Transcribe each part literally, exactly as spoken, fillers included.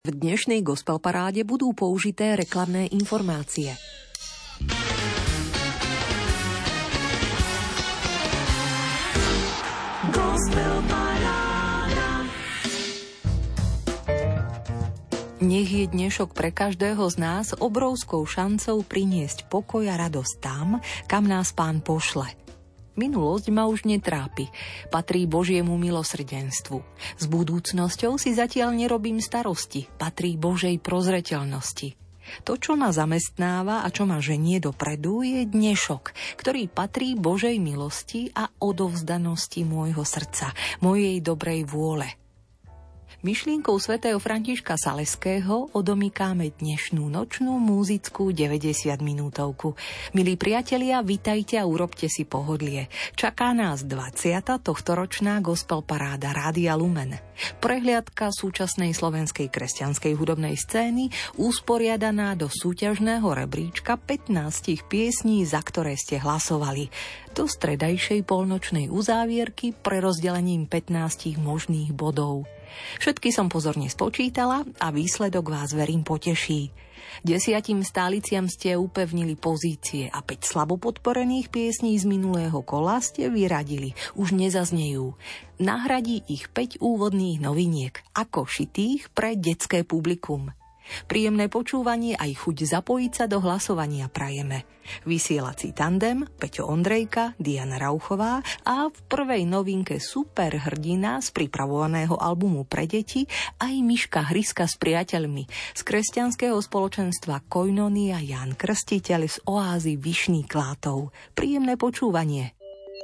V dnešnej gospel paráde budú použité reklamné informácie. Gospel paráda. Nech je dnešok pre každého z nás obrovskou šancou priniesť pokoj a radosť tam, kam nás Pán pošle. Minulosť ma už netrápi, patrí Božiemu milosrdenstvu. S budúcnosťou si zatiaľ nerobím starosti, patrí Božej prozreteľnosti. To, čo ma zamestnáva a čo ma ženie dopredu, je dnešok, ktorý patrí Božej milosti a odovzdanosti môjho srdca, mojej dobrej vôle. Myšlienkou svätého Františka Saleského odomykáme dnešnú nočnú múzickú deväťdesiatminútovku. Milí priatelia, vitajte a urobte si pohodlie. Čaká nás dvadsiata tohtoročná gospel paráda Rádia Lumen. Prehliadka súčasnej slovenskej kresťanskej hudobnej scény usporiadaná do súťažného rebríčka pätnástich piesní, za ktoré ste hlasovali. Do stredajšej polnočnej uzávierky prerozdelením pätnástich možných bodov. Všetky som pozorne spočítala a výsledok vás, verím, poteší. Desiatim stáliciam ste upevnili pozície a päť slabo podporených piesní z minulého kola ste vyradili, už nezaznejú. Nahradí ich päť úvodných noviniek, ako šitých pre detské publikum. Príjemné počúvanie aj chuť zapojiť sa do hlasovania prajeme. Vysielací tandem Peťo Ondrejka, Diana Rauchová a v prvej novinke super hrdina z pripravovaného albumu pre deti aj Miška Hryska s priateľmi z kresťanského spoločenstva Koinonia Ján Krstiteľ z oázy Vyšný Klátov. Príjemné počúvanie.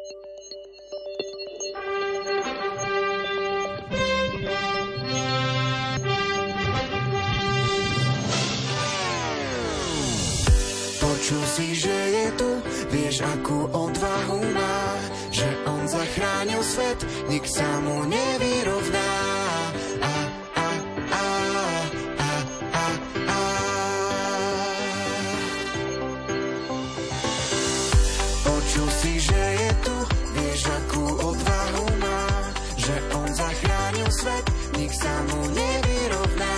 Počul si, že je tu, vieš, akú odvahu má, že on zachránil svet, nik sa mu nevyrovná. A, a, a, a, a, a. Počul si, že je tu, vieš, akú odvahu má, že on zachránil svet, nik sa mu nevyrovná.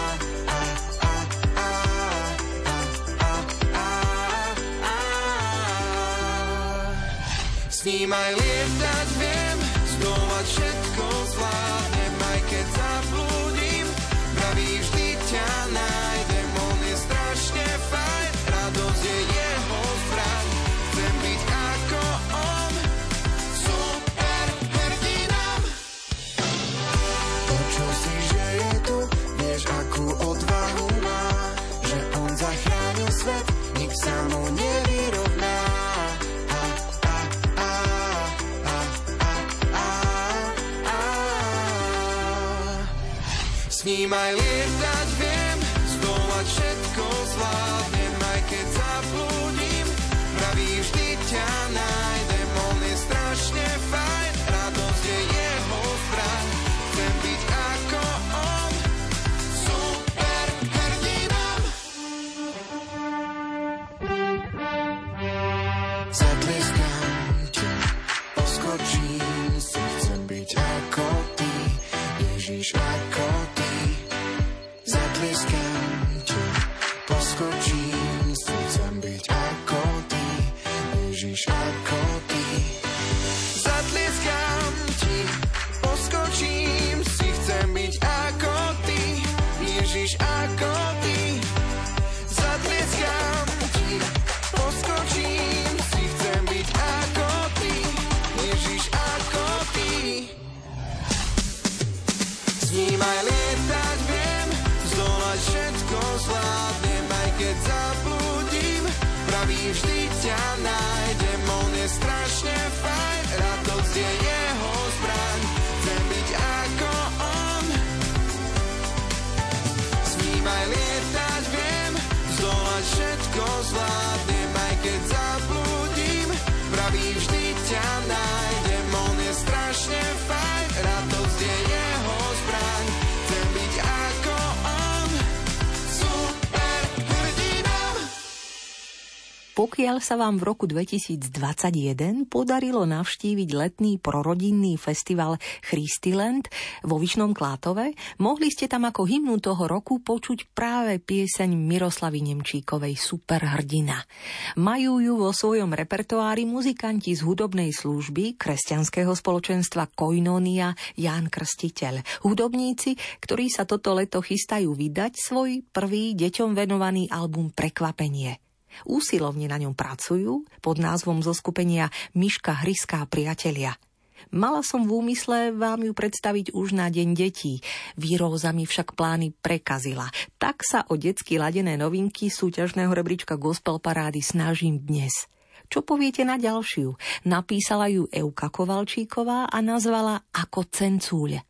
S ním aj lietať viem, zdolať všetko zvládnem, aj keď zablúdim, praví vždy ťa nájdem, on je strašne fajn, radosť je jeho zbraň, chcem byť ako on, super hrdinám. Počul si, že je tu, vieš, akú odvahu má, že on zachránil svet, nik sa mu nevyrovná. S ním aj lietať viem, zdolať všetko zvládnem, aj keď zablúdim, praví vždy ťa nájdem, on je strašne fajn, radosť je jeho zbraň, chcem byť ako on, super hrdinám. Zatlieskam ti, poskočím si, chcem byť ako ty, Ježiš ako ty. Zatlieskam ti, poskočím si, chcem byť ako ty, Ježiš ako ty. Zatlieskam ti, poskočím si, chcem byť ako ty, Ježiš ako ty. Zatlieskam ti, poskočím si, chcem byť ako ty, Ježiš ako ty. S ním aj lietať viem, zdolať všetko zvládnem, aj keď zablúdim, praví vždy ťa nájdem, on je strašne fajn, radosť je jeho zbraň, chcem byť ako on. S ním aj lietať viem, zdolať všetko zvládnem, aj keď zablúdim, praví vždy ťa nájdem, on je strašne fajn, radosť je jeho zbraň, chcem byť ako on, super hrdinám. Pokiaľ sa vám v roku dvetisícdvadsaťjeden podarilo navštíviť letný prorodinný festival Christyland vo Vyšnom Klátove, mohli ste tam ako hymnu toho roku počuť práve pieseň Miroslavy Nemčíkovej Superhrdina. Majú ju vo svojom repertoári muzikanti z hudobnej služby kresťanského spoločenstva Koinónia Ján Krstiteľ. Hudobníci, ktorí sa toto leto chystajú vydať svoj prvý deťom venovaný album Prekvapenie. Úsilovne na ňom pracujú pod názvom zoskupenia Miška Hryská priatelia. Mala som v úmysle vám ju predstaviť už na Deň detí. Výroza mi však plány prekazila. Tak sa o detsky ladené novinky súťažného rebríčka Gospel Parády snažím dnes. Čo poviete na ďalšiu? Napísala ju Euka Kovalčíková a nazvala Ako cencúľ.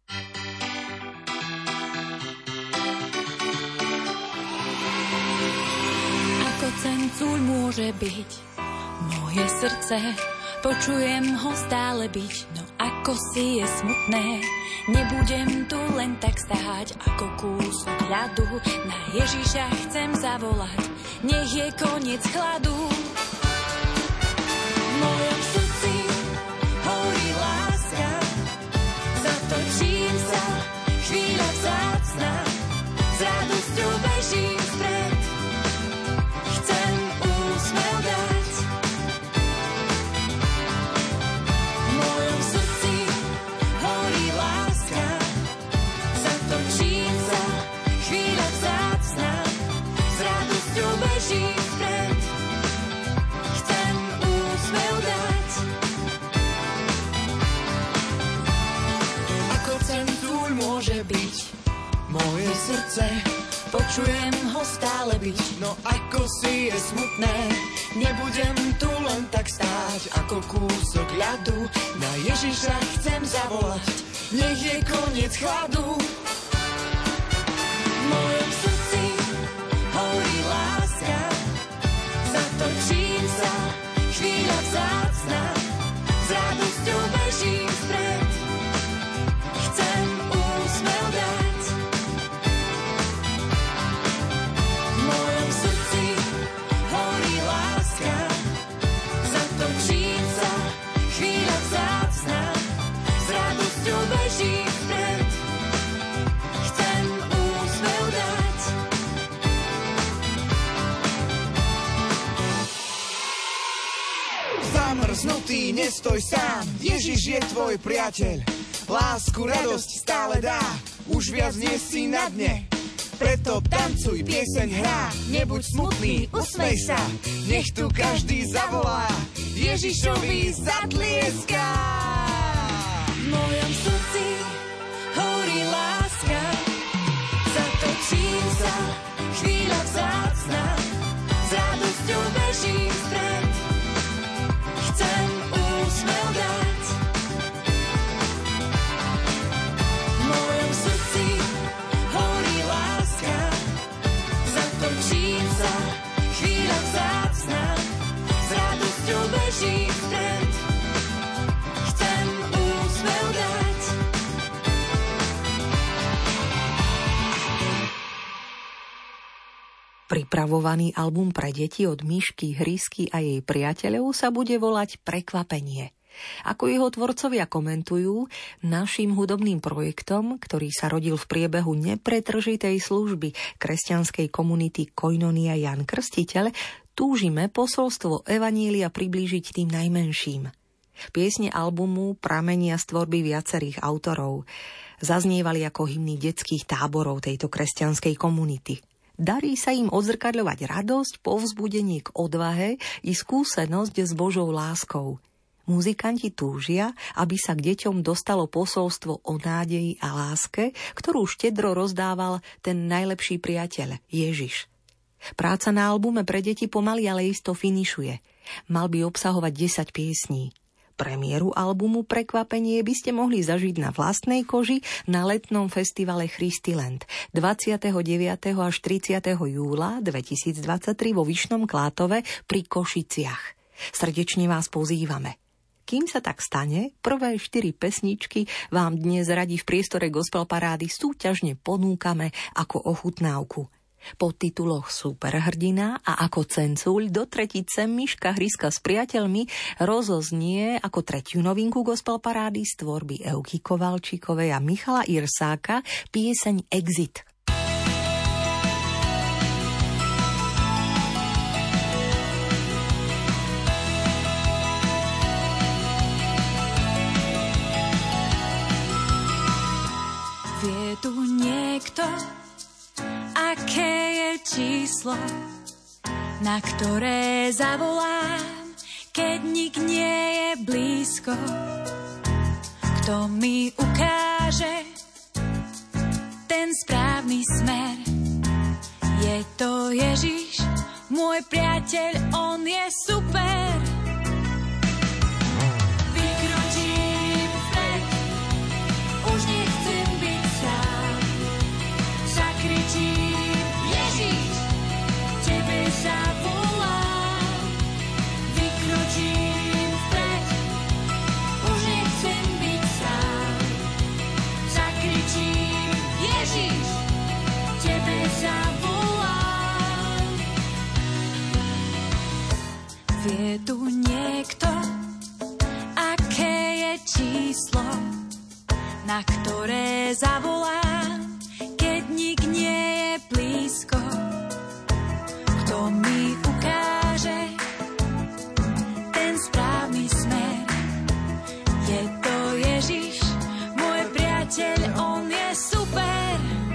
Cencúľ môže byť moje srdce, počujem ho stále byť, no ako si je smutné. Nebudem tu len tak stáť, ako kúsok ľadu, na Ježiša chcem zavolať, nech je koniec chladu. V mojom srdci horí láska, zatočím sa, chvíľa vzácna, s radosťou bežím vpred. Chcem úsmev dať. V mojom srdci horí láska, zatočím sa, chvíľa vzácna, s radosťou bežím vpred. Chcem úsmev dať. Ako cencúľ môže byť moje srdce, počujem ho stále byť, no ako si je smutné. Nebudem tu len tak stáť, ako kúsok ľadu, na Ježiša chcem zavolať, nech je koniec chladu. V mojom srdci horí láska, zatočím sa, chvíľa vzácna, s radosťou bežím vpred. Chcem úsmev dať. V mojom srdci horí láska, zatočím sa, chvíľa vzácna, s radosťou bežím vpred. Chcem úsmev dať. Zamrznutý, nestoj sám, Ježiš je tvoj priateľ. Lásku, radosť stále dá, už viac nie si na dne. Preto tancuj, pieseň hrá, nebuď smutný, usmej sa, nech tu každý zavolá, Ježišovi zatlieská. V mojom srdci horí láska, zatočím sa, chvíľa vzácna, s radosťou bežím vpred. Chcem úsmev dať. V mojom srdci horí láska, zatočím sa, chvíľa vzácna, s radosťou bežím vpred. Chcem úsmev dať. Pripravovaný album pre deti od Mišky Hrysky a jej priateľov sa bude volať Prekvapenie. Ako jeho tvorcovia komentujú, naším hudobným projektom, ktorý sa rodil v priebehu nepretržitej služby kresťanskej komunity Koinónia Ján Krstiteľ, túžime posolstvo evanília priblížiť tým najmenším. Piesne albumu pramenia z tvorby viacerých autorov. Zaznievali ako hymny detských táborov tejto kresťanskej komunity. Darí sa im odzrkadľovať radosť, povzbudenie k odvahe i skúsenosť s Božou láskou. Muzikanti túžia, aby sa k deťom dostalo posolstvo o nádeji a láske, ktorú štedro rozdával ten najlepší priateľ, Ježiš. Práca na albume pre deti pomaly, ale isto finišuje. Mal by obsahovať desať piesní. Premiéru albumu Prekvapenie by ste mohli zažiť na vlastnej koži na letnom festivale Christyland dvadsiateho deviateho až tridsiateho júla dvetisícdvadsaťtri vo Vyšnom Klátove pri Košiciach. Srdečne vás pozývame. Kým sa tak stane, prvé štyri pesničky vám dnes radi v priestore Gospel Parády súťažne ponúkame ako ochutnávku. Po tituloch Superhrdina a Ako cencuľ do tretice Miška Hryska s priateľmi rozoznie ako tretiu novinku gospel parády z tvorby Euky Kovalčíkovej a Michala Irsáka pieseň Exit. Vie tu niekto, aké je číslo, na ktoré zavolám, keď nik nie je blízko. Kto mi ukáže ten správny smer? Je to Ježiš, môj priateľ, on je super. Vykročím vpred, už nechcem byť sám. Zakričím Ježiš, tebe zavolám. Vykročím vpred, už nechcem byť sám. Zakričím Ježiš, tebe zavolám. Vie tu niekto, aké je číslo, na ktoré zavolám, keď nik nie je blízko. Kto mi ukáže ten správny smer? Je to Ježiš, môj priateľ, on je super.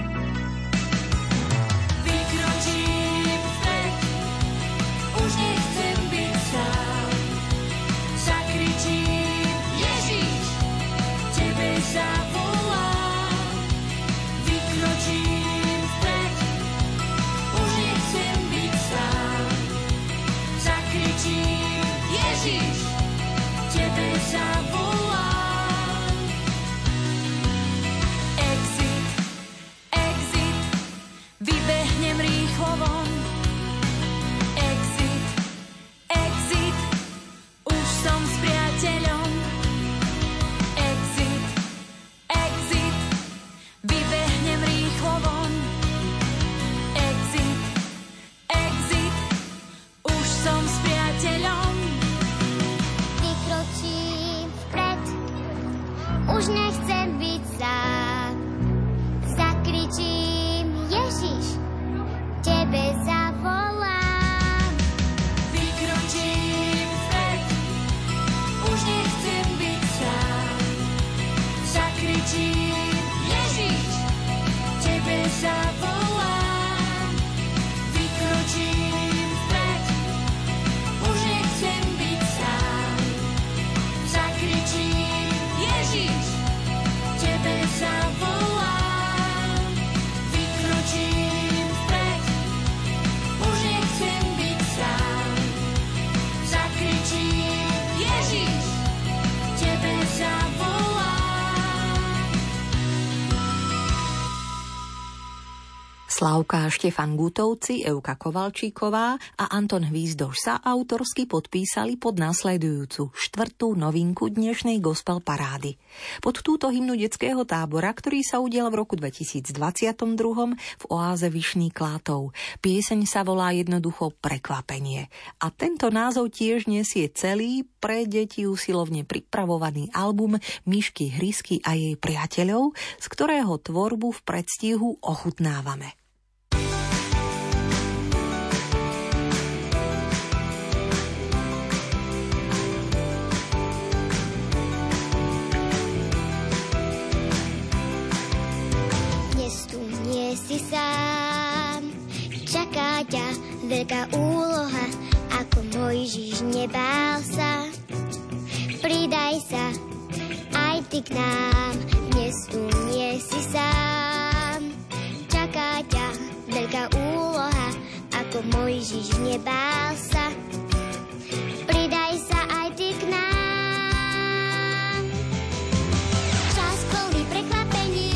Vykročím vpred, už nechcem byť sám. Zakričím Ježiš, tebe zavolám. Vykročím vpred, už nechcem byť sám. Zakričím Ježiš, tebe zavolám. Exit, exit, vybehnem rýchlo von. Exit, exit, už som s priateľom. Exit, exit, vybehnem rýchlo von. Exit, exit, už som s priateľom. Vykročím vpred, už nechcem byť sám. Zakričím Ježiš, tebe zavolám. Vykročím vpred, už nechcem byť sám. Zakričím Ježiš, tebe zavolám. Vykročím vpred, už nechcem byť sám. Zakričím Ježiš, tebe zavolám. Vykročím vpred, už nechcem byť sám. Zakričím Ježiš, tebe zavolám. Slavka a Štefan Gutovci, Euka Kovalčíková a Anton Hvízdoš sa autorsky podpísali pod nasledujúcu štvrtú novinku dnešnej gospel parády. Pod túto hymnu detského tábora, ktorý sa udial v roku dvetisícdvadsaťdva v oáze Vyšný Klátov. Pieseň sa volá jednoducho Prekvapenie. A tento názov tiež nesie celý pre deti usilovne pripravovaný album Mišky Hrysky a jej priateľov, z ktorého tvorbu v predstihu ochutnávame. Si sám, čaká ťa veľká úloha, ako Mojžiš nebál sa. Pridaj sa aj ty k nám, dnes tu nie si sám. Čaká ťa veľká úloha, ako Mojžiš nebál sa. Pridaj sa aj ty k nám. Čas plný prekvapení.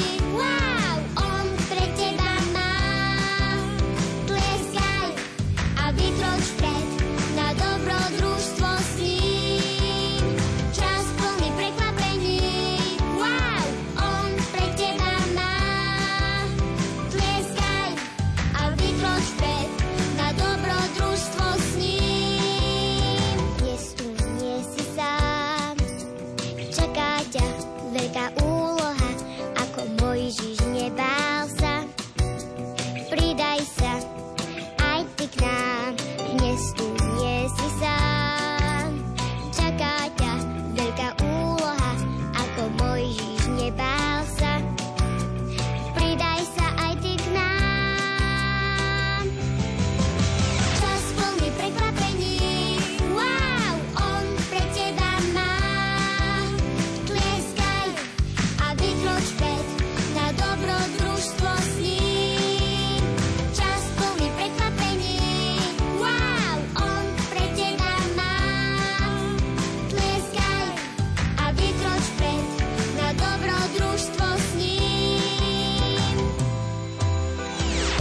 Vykroč vpred, na dobrodružstvo s ním. Čas plný prekvapení. Wow, on pre teba má. Tlieskaj a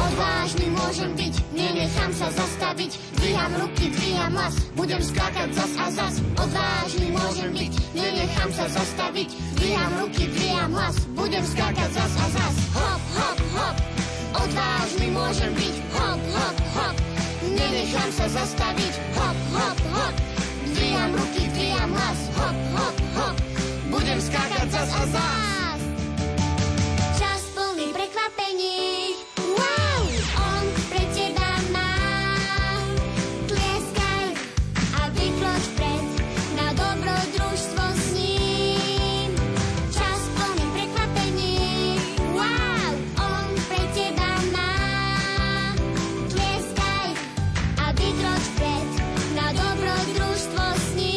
Odvážny môžem byť, nenechám sa zastaviť. Dvíham ruky, dvíham hlas, budem skákať zas a zas. Odvážny môžem byť, nenechám sa zastaviť. Dvíham ruky, dvíham hlas, budem skákať zas a zas. Hop, hop, hop, odvážny môžem byť. Hop, hop, hop, nenechám sa zastaviť. Hop, hop, hop, dvíham ruky, dvíham hlas. Hop, hop, hop, budem skákať zas a zas. Čas plný prekvapení. Wow, on pre teba má. Tlieskaj a vykroč vpred na dobrodružstvo s ním. Čas plný prekvapení. Wow, on pre teba má. Tlieskaj a vykroč vpred na dobrodružstvo s ním.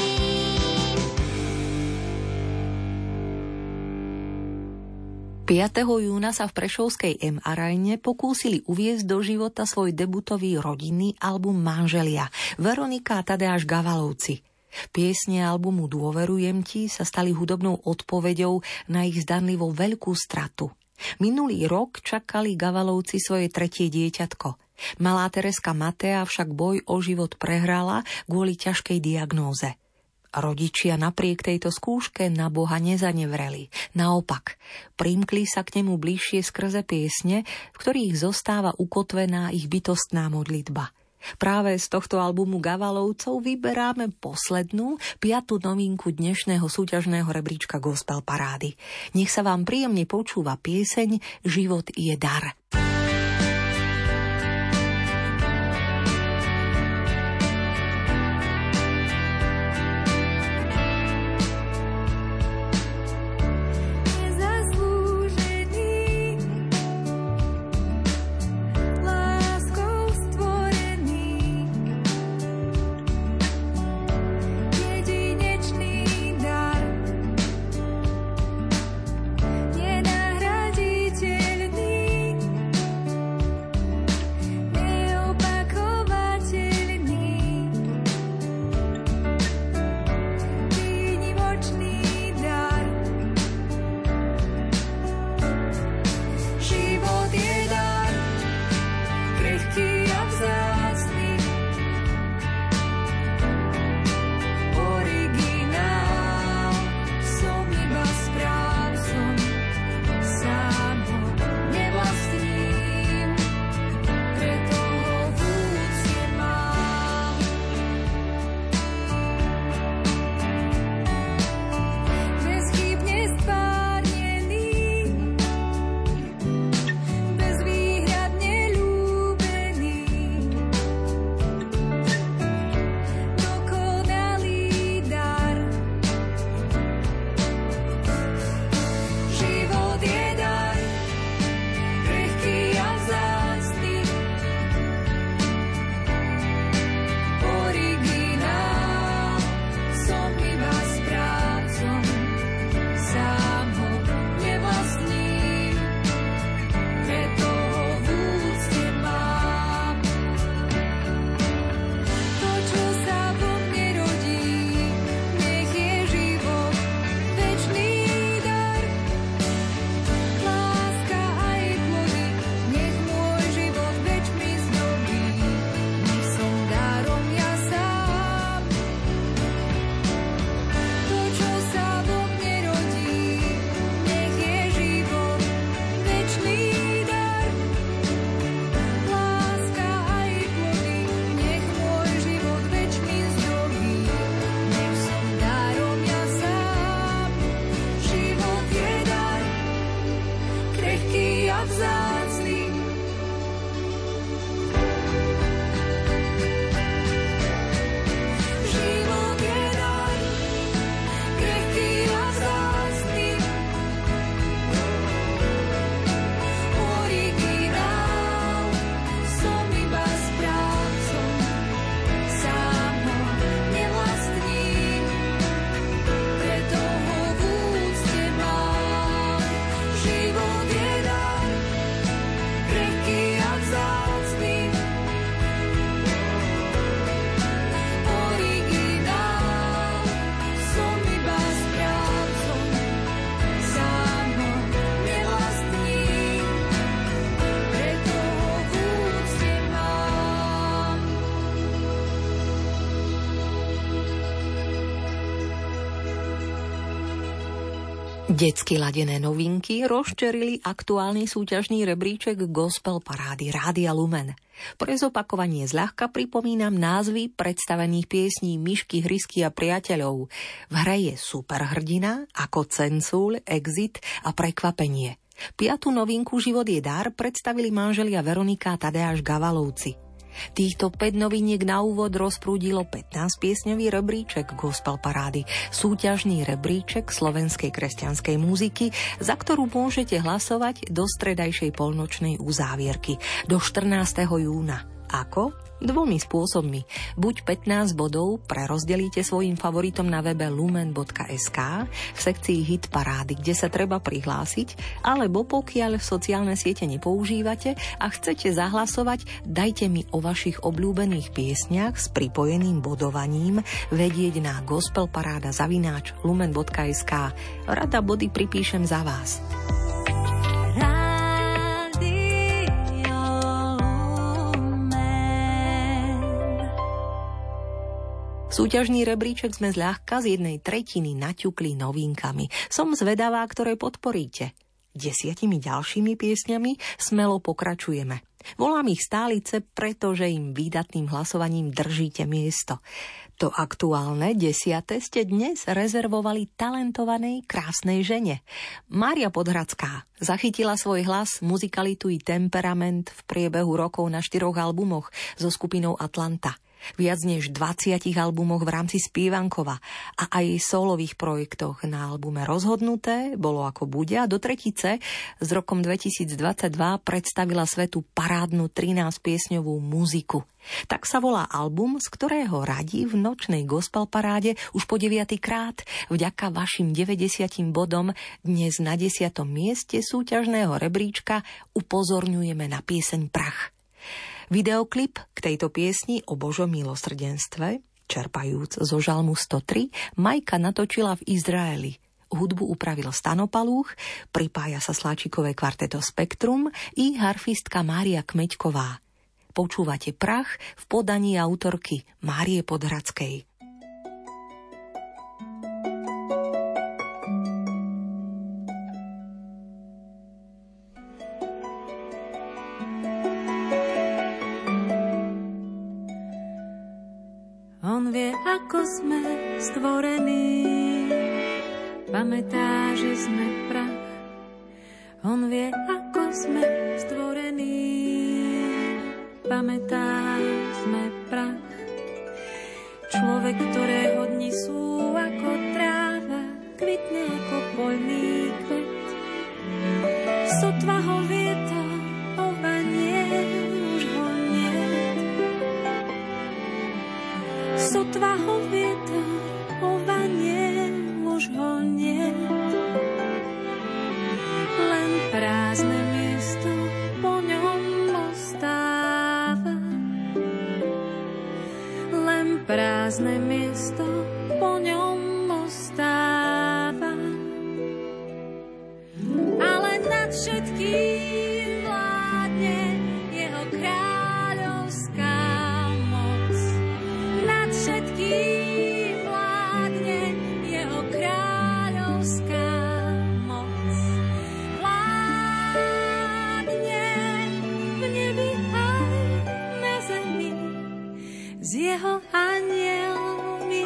piateho júna sa v prešovskej em Arene pokúsili uviesť do života svoj debutový rodinný album Manželia, Veronika a Tadeáš Gavalovci. Piesne albumu Dôverujem ti sa stali hudobnou odpoveďou na ich zdanlivo veľkú stratu. Minulý rok čakali Gavalovci svoje tretie dieťatko. Malá Tereska Matea však boj o život prehrala kvôli ťažkej diagnóze. Rodičia napriek tejto skúške na Boha nezanevreli. Naopak, primkli sa k nemu bližšie skrze piesne, v ktorých zostáva ukotvená ich bytostná modlitba. Práve z tohto albumu Gavalovcov vyberáme poslednú, piatu novinku dnešného súťažného rebríčka Gospel Parády. Nech sa vám príjemne počúva pieseň Život je dar. Nenahraditeľný Detsky ladené novinky rozčerili aktuálny súťažný rebríček gospel parády Rádia Lumen. Pre zopakovanie zľahka pripomínam názvy predstavených piesní Myšky, Hrysky a priateľov. V hre je superhrdina, ako Cencúľ, Exit a Prekvapenie. Piatu novinku Život je dar predstavili manželia Veronika a Tadeáš Gavalovci. Týchto päť noviniek na úvod rozprúdilo pätnásťpiesňový rebríček gospel parády, súťažný rebríček slovenskej kresťanskej muziky, za ktorú môžete hlasovať do stredajšej polnočnej uzávierky, do štrnásteho júna. Ako? Dvomi spôsobmi. Buď pätnásť bodov prerozdelíte svojim favoritom na webe lumen bodka es ká v sekcii hit parády, kde sa treba prihlásiť, alebo pokiaľ sociálne siete nepoužívate a chcete zahlasovať, dajte mi o vašich obľúbených piesniach s pripojeným bodovaním vedieť na gospelparáda zavináč lumen bodka es ká. Rada body pripíšem za vás. Súťažný rebríček sme zľahka z jednej tretiny naťukli novinkami. Som zvedavá, ktoré podporíte. Desiatimi ďalšími piesňami smelo pokračujeme. Volám ich stálice, pretože im výdatným hlasovaním držíte miesto. To aktuálne desiate ste dnes rezervovali talentovanej, krásnej žene. Mária Podhradská zachytila svoj hlas, muzikalitu i temperament v priebehu rokov na štyroch albumoch so skupinou Atlanta. Viac než dvadsiatich albumoch v rámci Spievankova a aj solových projektoch na albume Rozhodnuté, Bolo ako bude a do tretice s rokom dvetisícdvadsaťdva predstavila svetu parádnu trinásťpiesňovú Muziku. Tak sa volá album, z ktorého radí v nočnej gospel paráde už po deviaty krát. Vďaka vašim deväťdesiatim bodom dnes na desiatom mieste súťažného rebríčka upozorňujeme na pieseň Prach. Videoklip k tejto piesni o Božom milosrdenstve, čerpajúc zo Žalmu sto tri, Majka natočila v Izraeli. Hudbu upravil Stano Palúch, pripája sa sláčikové kvarteto Spektrum i harfistka Mária Kmeďková. Počúvate Prach v podaní autorky Márie Podhradskej. On vie, ako sme stvorení, pamätá, že sme prach. On vie, ako sme stvorení, pamätá, sme prach. Človek, ktorého dni sú ako tráva, kvitne ako poľný kvet. Sotva ho vietor ovanie, už ho nie. Sotva ho vietor ovanie, už ho nie. Len prázdne miesto po ňom ostáva. Len prázdne miesto po ňom ostáva. Ale nad všetkým vládne jeho kráľovská moc. Nad všetkým vládne jeho kráľovská moc. Vládne v nebi aj na zemi s jeho anielmi.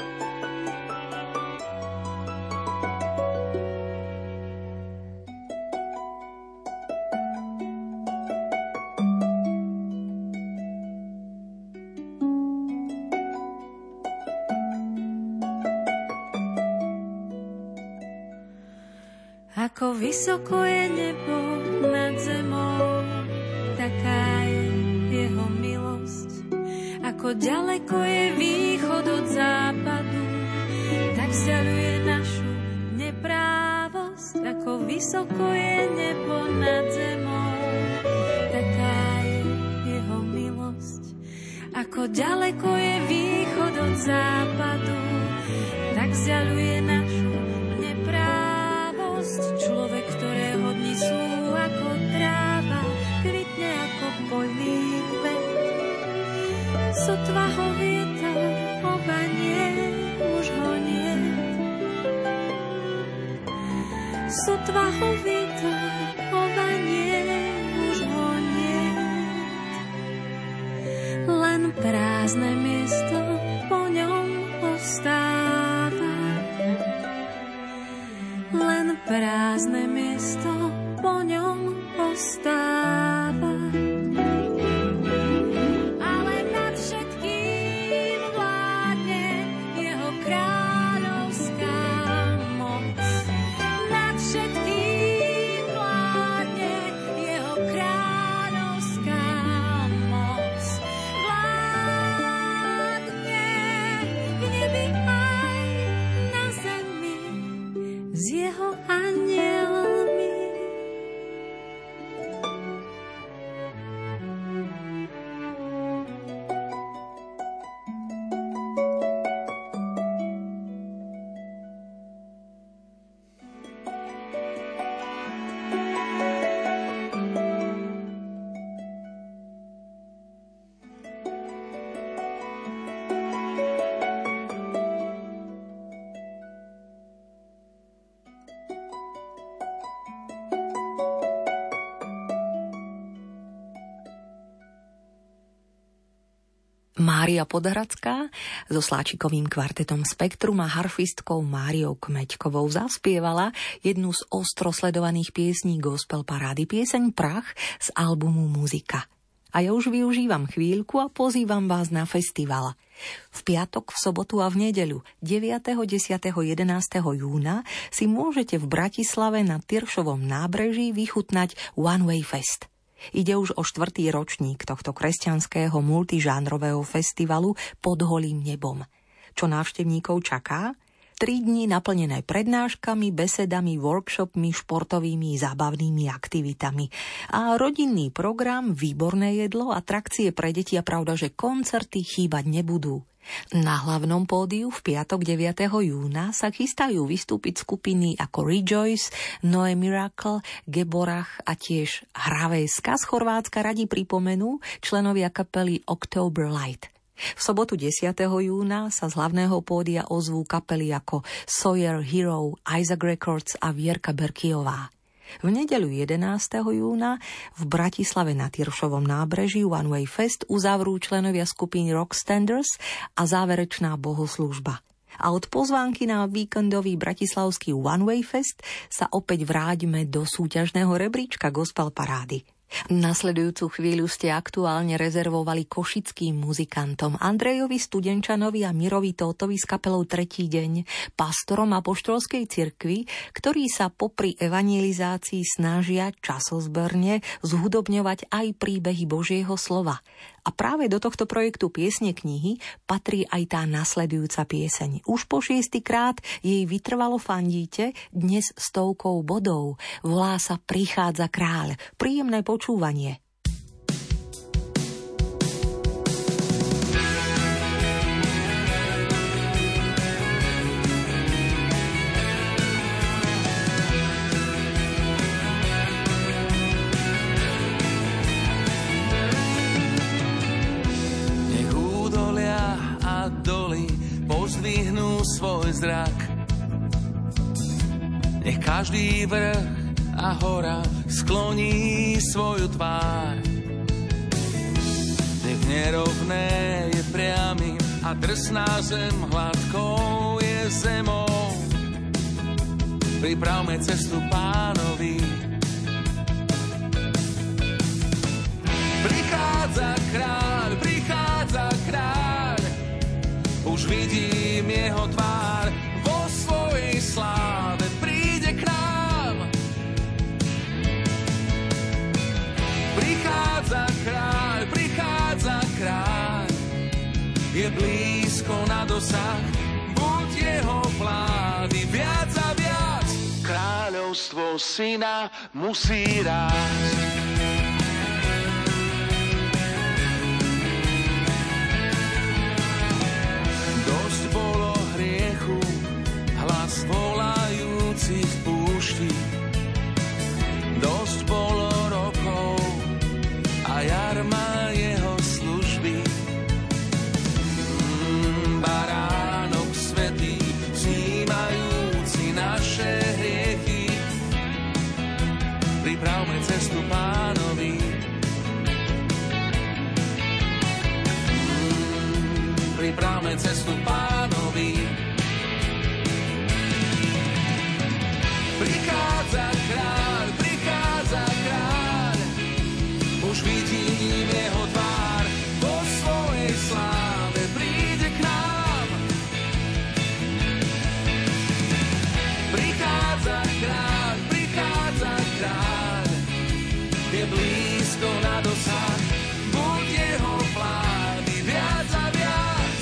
Ako vysoko je nebo nad zemou, taká je jeho milosť. Ako ďaleko je východ od západu, tak vzdialuje našu neprávosť. Ako vysoko je nebo nad zemou, taká je jeho milosť. Ako ďaleko je východ od západu, tak vzdialuje našu neprávosť. Človek, ktorého dni sú ako tráva, kvitne ako poľný kvet. Sotva ho vietor ovanie, už ho nie. sotva ho videl, ovanie už ho niet. Len prázdne miesto po ňom ostáva. Len prázdne miesto po ňom ostáva. Ale nad všetkým vládne jeho kráľovská moc. Nad všetkým vládne jeho kráľovská moc. Vládne v nebi aj na zemi s jeho anjelmi. Mária Podhradská so sláčikovým kvartetom Spektrum a harfistkou Máriou Kmeďkovou zaspievala jednu z ostro sledovaných piesní gospel parády, pieseň Prach z albumu Muzika. A ja už využívam chvíľku a pozývam vás na festival. V piatok, v sobotu a v nedeľu deviateho, desiateho, jedenásteho júna si môžete v Bratislave na Tyršovom nábreží vychutnať One Way Fest. Ide už o štvrtý ročník tohto kresťanského multižánrového festivalu pod holým nebom. Čo návštevníkov čaká? Tri dni naplnené prednáškami, besedami, workshopmi, športovými, zábavnými aktivitami. A rodinný program, výborné jedlo, atrakcie pre deti a pravda, že koncerty chýbať nebudú. Na hlavnom pódiu v piatok deviateho júna sa chystajú vystúpiť skupiny ako Rejoice, Noé Miracle, Geborach a tiež Hravéska z Chorvátska radi pripomenú členovia kapely October Light. V sobotu desiateho júna sa z hlavného pódia ozvú kapely ako Sawyer Hero, Isaac Records a Vierka Berkiová. V nedeľu jedenásteho júna v Bratislave na Tyršovom nábreží One Way Fest uzavrú členovia skupiny Rockstanders a záverečná bohoslúžba. A od pozvánky na víkendový bratislavský One Way Fest sa opäť vráťme do súťažného rebríčka gospel parády. Nasledujúcu chvíľu ste aktuálne rezervovali košickým muzikantom Andrejovi Studenčanovi a Mirovi Tótovi s kapelou Tretí deň, pastorom apoštolskej cirkvi, ktorí sa popri evangelizácii snažia časozberne zhudobňovať aj príbehy Božieho slova. A práve do tohto projektu Piesne knihy patrí aj tá nasledujúca pieseň. Už po šiestýkrát jej vytrvalo fandíte, dnes stovkou bodov. Volá sa Prichádza kráľ. Príjemné počúvanie. Pozdvihnú svoj zrak. Nech každý vrch a hora skloní svoju tvár. Nech nerovné je priamy a drsná zem hladkou je zemou. Pripravme cestu Pánovi. Prichádza kráľ, prichádza kráľ. Už vidím jeho tvár vo svojej sláve, príde k nám. Prichádza kráľ, prichádza kráľ, je blízko na dosah, buď jeho vlády viac a viac. Kráľovstvo syna musí rásť. Volajúcich v púšti, dosť bolo rokov a jarma jeho služby. Mm, baránok svätý, snímajúci naše hriechy, pripravme cestu Pánovi. Prichádza kráľ, prichádza kráľ, už vidím jeho tvár, vo svojej sláve príde k nám. Prichádza kráľ, prichádza kráľ, je blízko na dosah, buď jeho plány viac a viac.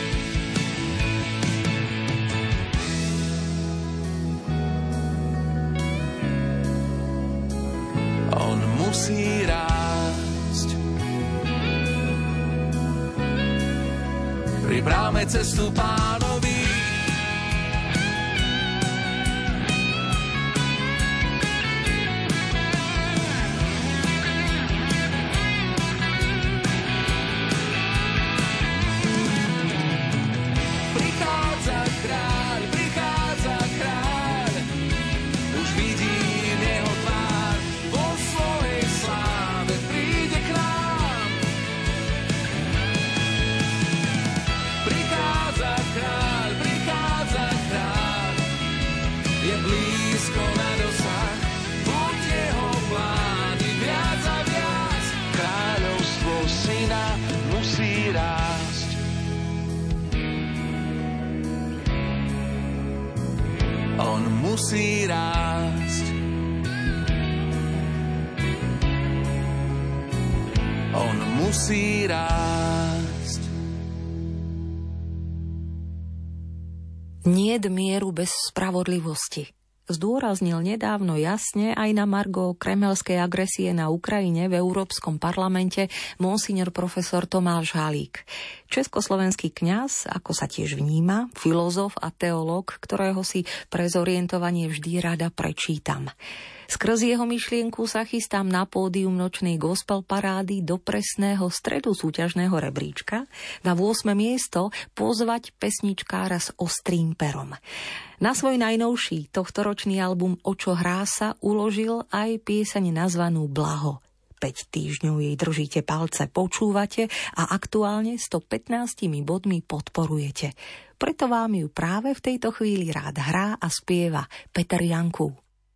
On musí rásť. Pripravme cestu Pánovi. Prichádza kráľ, prichádza kráľ, už vidím jeho tvár, vo svojej sláve príde k nám. Prichádza kráľ, prichádza kráľ, je blízko na dosah, buď jeho plány viac a viac. Kráľovstvo syna musí rásť. On musí rásť. On musí rásť. Niet mieru bez spravodlivosti. Zdôraznil nedávno jasne aj na margo kremelskej agresie na Ukrajine v Európskom parlamente monsignor profesor Tomáš Halík. Československý kňaz, ako sa tiež vníma, filozof a teológ, ktorého si pre zorientovanie vždy rada prečítam. Skrz jeho myšlienku sa chystám na pódium nočnej gospel parády do presného stredu súťažného rebríčka na ôsme miesto pozvať pesničkára s ostrým perom. Na svoj najnovší tohtoročný album O čo hrá sa uložil aj pieseň nazvanú Blaho. päť týždňov jej držíte palce, počúvate a aktuálne stopätnástimi bodmi podporujete. Preto vám ju práve v tejto chvíli rád hrá a spieva Peter Janku.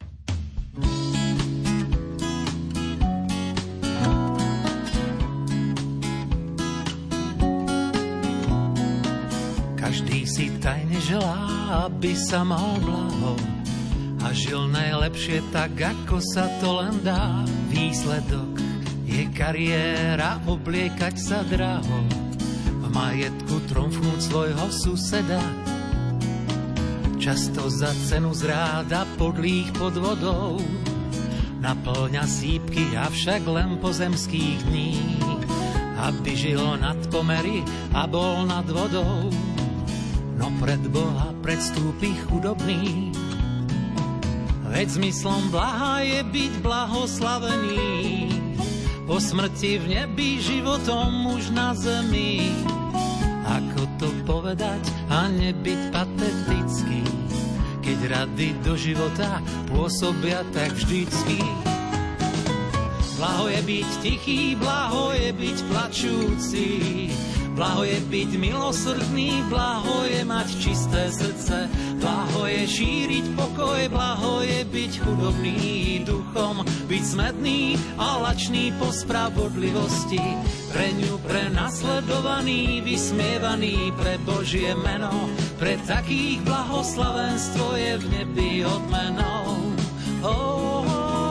Každý si tajne želá, aby sa mal blaho a žil najlepšie tak, ako sa to len dá. Výsledok je kariéra, obliekať sa draho, v majetku tromfnúť svojho suseda. Často za cenu zráda podlých podvodov naplňa sípky, avšak len pozemských dní, aby žil nad pomery a bol nad vodou. No pred Boha predstúpi chudobný, veď zmyslom blaha je byť blahoslavený. Po smrti v nebi životom už na zemi. Ako to povedať a nebyť patetický, keď rady do života pôsobia tak vždycky. Blaho je byť tichý, blaho je byť plačúci, blaho je byť milosrdný, blaho je mať čisté srdce, blaho je šíriť pokoj, blaho je byť chudobný duchom, byť smedný a lačný po spravodlivosti, pre ňu prenasledovaný, vysmievaný pre Božie meno, pre takých blahoslavenstvo je v nebi odmenou. Oh,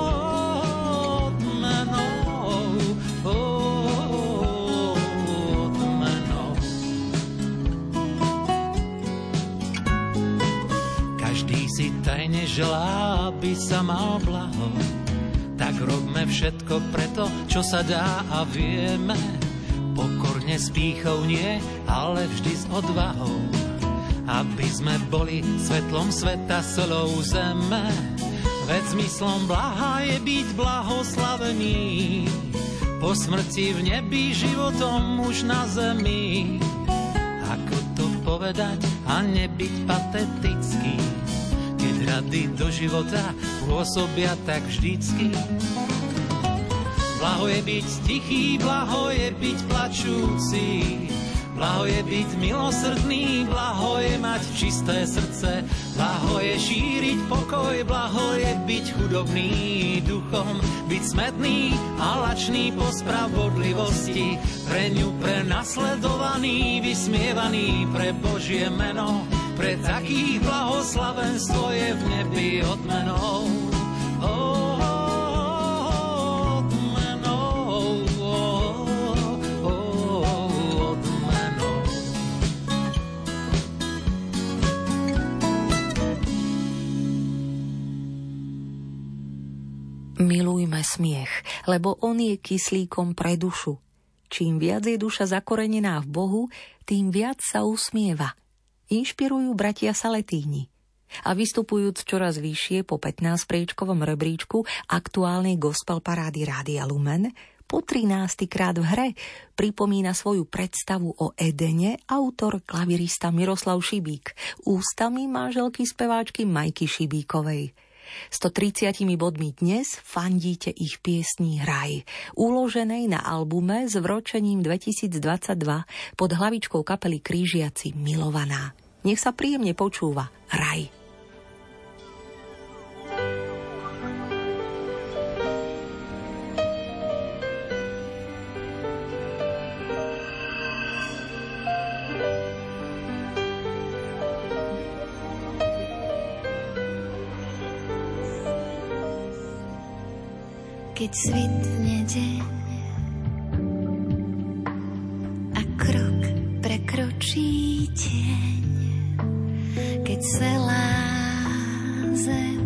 si tajne želá, aby sa mal blaho, tak robme všetko preto, čo sa dá a vieme. Pokorne s pýchou nie, ale vždy s odvahou, aby sme boli svetlom sveta, solou zeme. Veď zmyslom blaha je byť blahoslavený, po smrti v nebi životom už na zemi. Ako to povedať a nebyť patetický, keď rady do života pôsobia tak vždycky. Blaho je byť tichý, blaho je byť plačúci, Blaho je byť milosrdný, blaho je mať čisté srdce, blaho je šíriť pokoj, blaho je byť chudobný duchom, byť smetný a lačný po spravodlivosti, pre ňu prenasledovaný, vysmievaný pre Božie meno, pre takých blahoslavenstvo je v nebi odmenou. Oh, Milujme smiech, lebo on je kyslíkom pre dušu. Čím viac je duša zakorenená v Bohu, tým viac sa usmieva. Inšpirujú bratia Saletíni. A vystupujúc čoraz vyššie po pätnásťpriečkovom rebríčku aktuálnej gospel parády Rádia Lumen, po trinástykrát v hre pripomína svoju predstavu o Edene autor klavirista Miroslav Šibík ústami manželky speváčky Majky Šibíkovej. stotridsiatimi bodmi dnes fandíte ich piesni Hraj, uloženej na albume s vročením dvetisícdvadsaťdva pod hlavičkou kapely Krížiaci Milovaná. Nech sa príjemne počúva Hraj. Keď svitne deň a krok prekročí tieň, keď celá zem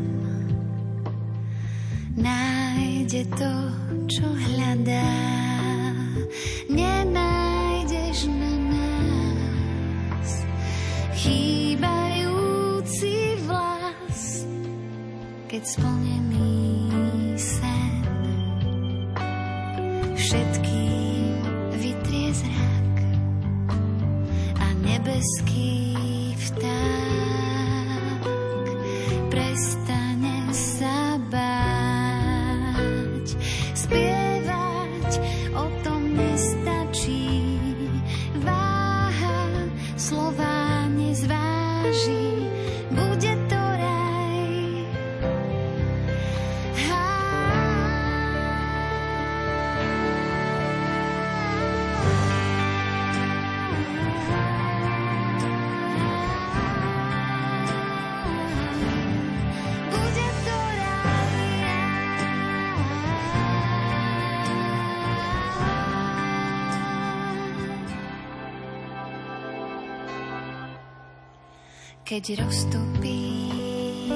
nájde to, čo hľadá, nenájdeš na nás chýbajúci vlas, keď splnený sen všetkým vytrie zrak a nebeský vták prestane sa báť. Spievať o tom nestačí, váha slova nezváži, bude to raj. Keď roztopíš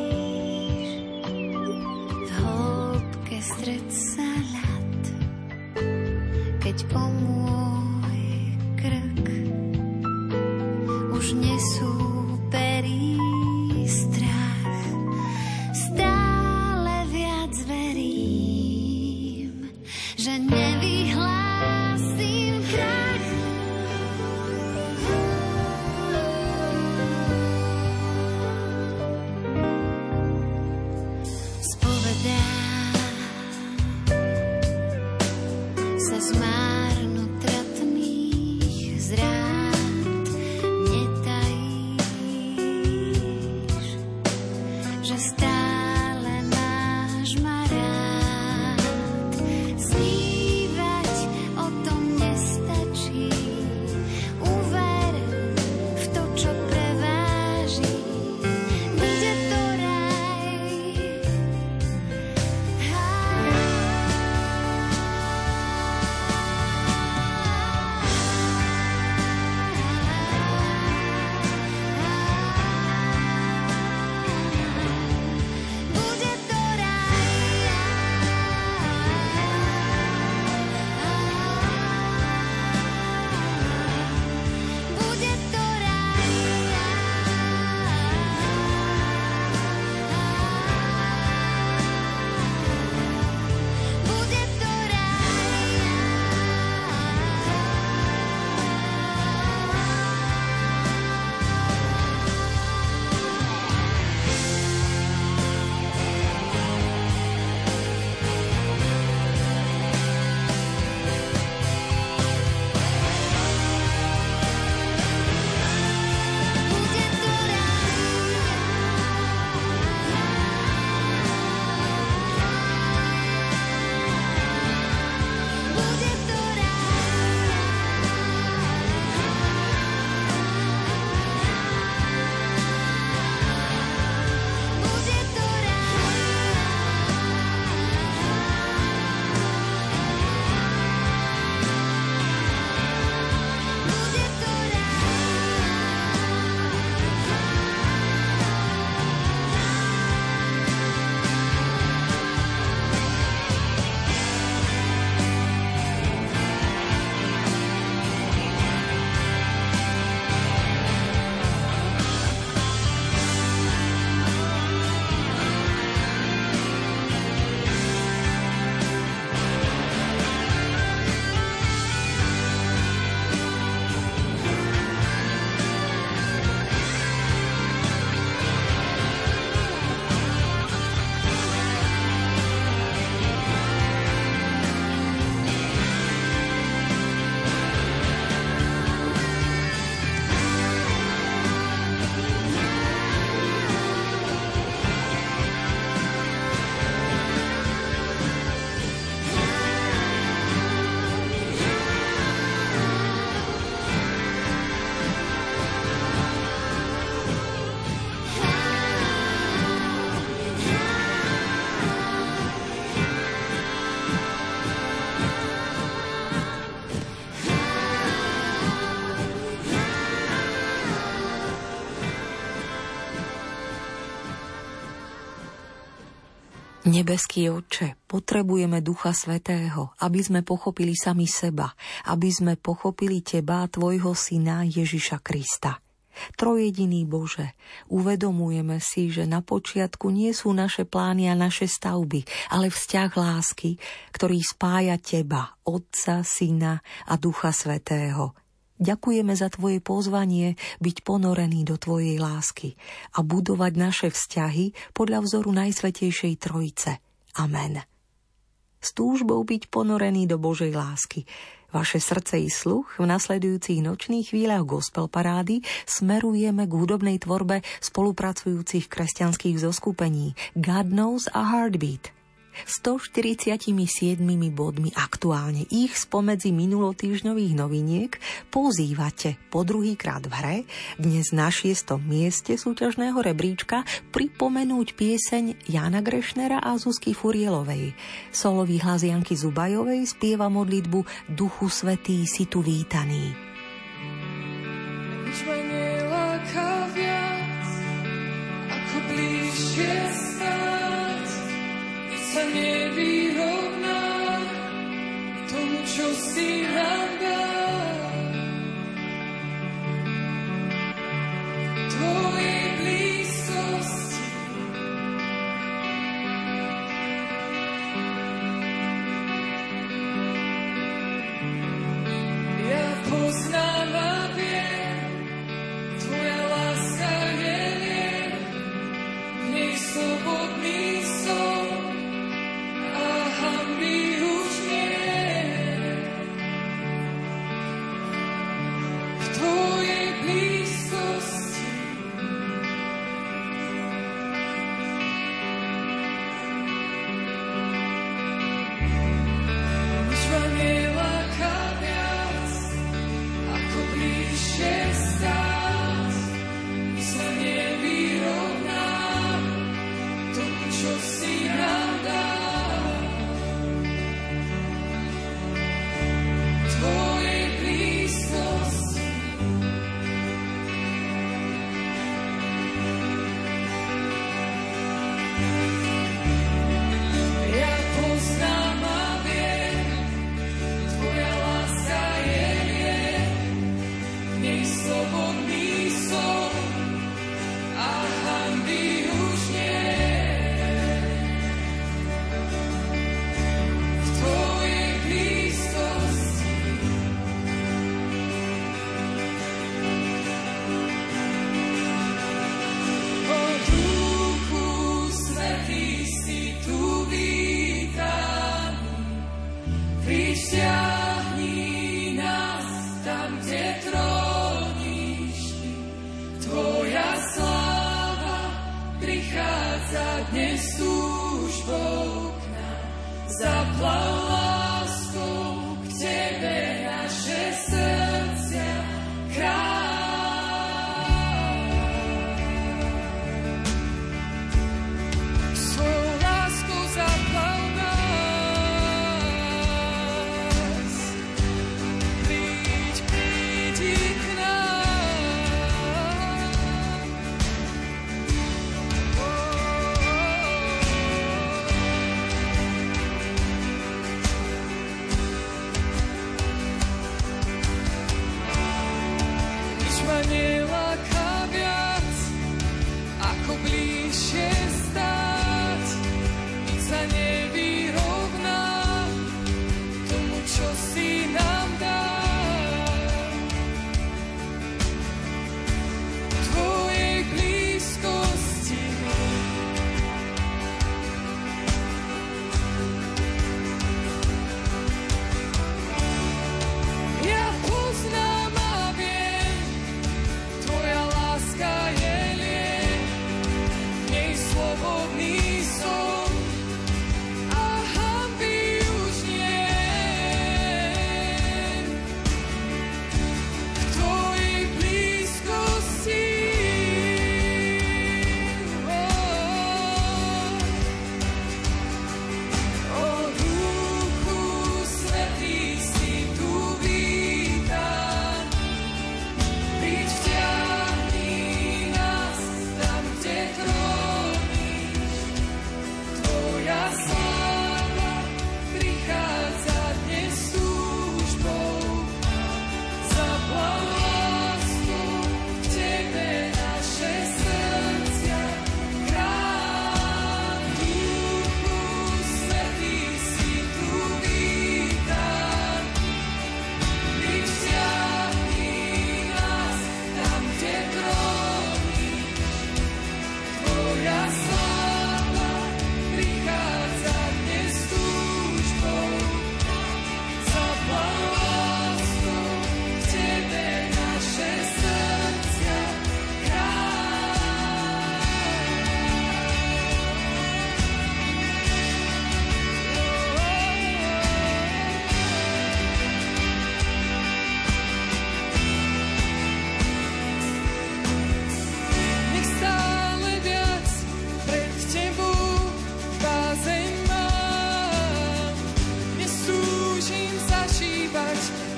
v hĺbke srdca ľad, keď po môj krk už nesúperí strach, stále viac verím, že nevyhlásim krach. Nebeský Otče, potrebujeme Ducha Svätého, aby sme pochopili sami seba, aby sme pochopili Teba a Tvojho Syna Ježiša Krista. Trojjediný Bože, uvedomujeme si, že na počiatku nie sú naše plány a naše stavby, ale vzťah lásky, ktorý spája Teba, Otca, Syna a Ducha Svätého. Ďakujeme za Tvoje pozvanie byť ponorený do Tvojej lásky a budovať naše vzťahy podľa vzoru Najsvätejšej Trojice. Amen. S túžbou byť ponorený do Božej lásky. Vaše srdce i sluch v nasledujúcich nočných chvíľach gospel parády smerujeme k hudobnej tvorbe spolupracujúcich kresťanských zoskupení God Knows a Heartbeat. stoštyridsaťsedem bodmi aktuálne ich spomedzi minulotýždňových noviniek pozývate po druhýkrát v hre dnes na šiestom mieste súťažného rebríčka pripomenúť pieseň Jána Grešnera a Zuzky Furielovej. Solový hlas Janky Zubajovej spieva modlitbu Duchu Svätý, si tu vítaný. Nič ma neláka viac, ako bližšie stáť, sa nevyrovná tomu, čo si nám dal. Tvojej blízkosti ja poznám a viem, Tvoja láska je viem, nech slobodný som.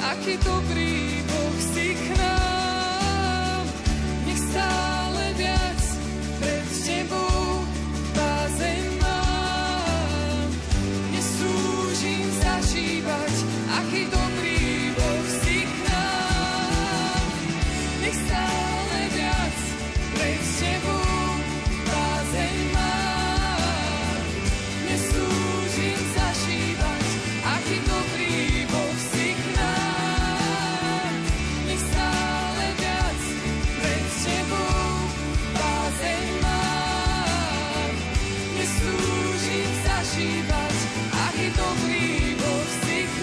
aký dobrý Boh si k nám. Nech stále viac pred tebou bázeň mám. Nesúžim zažívať, aký dobrý Boh si k nám. Nech stále viac pred tebou bázeň mám. Nesúžim zažívať, aký dobrý Boh si k nám. Nech stále viac pred tebou bázeň mám. Nesúžim zažívať, aký dobrý Boh si k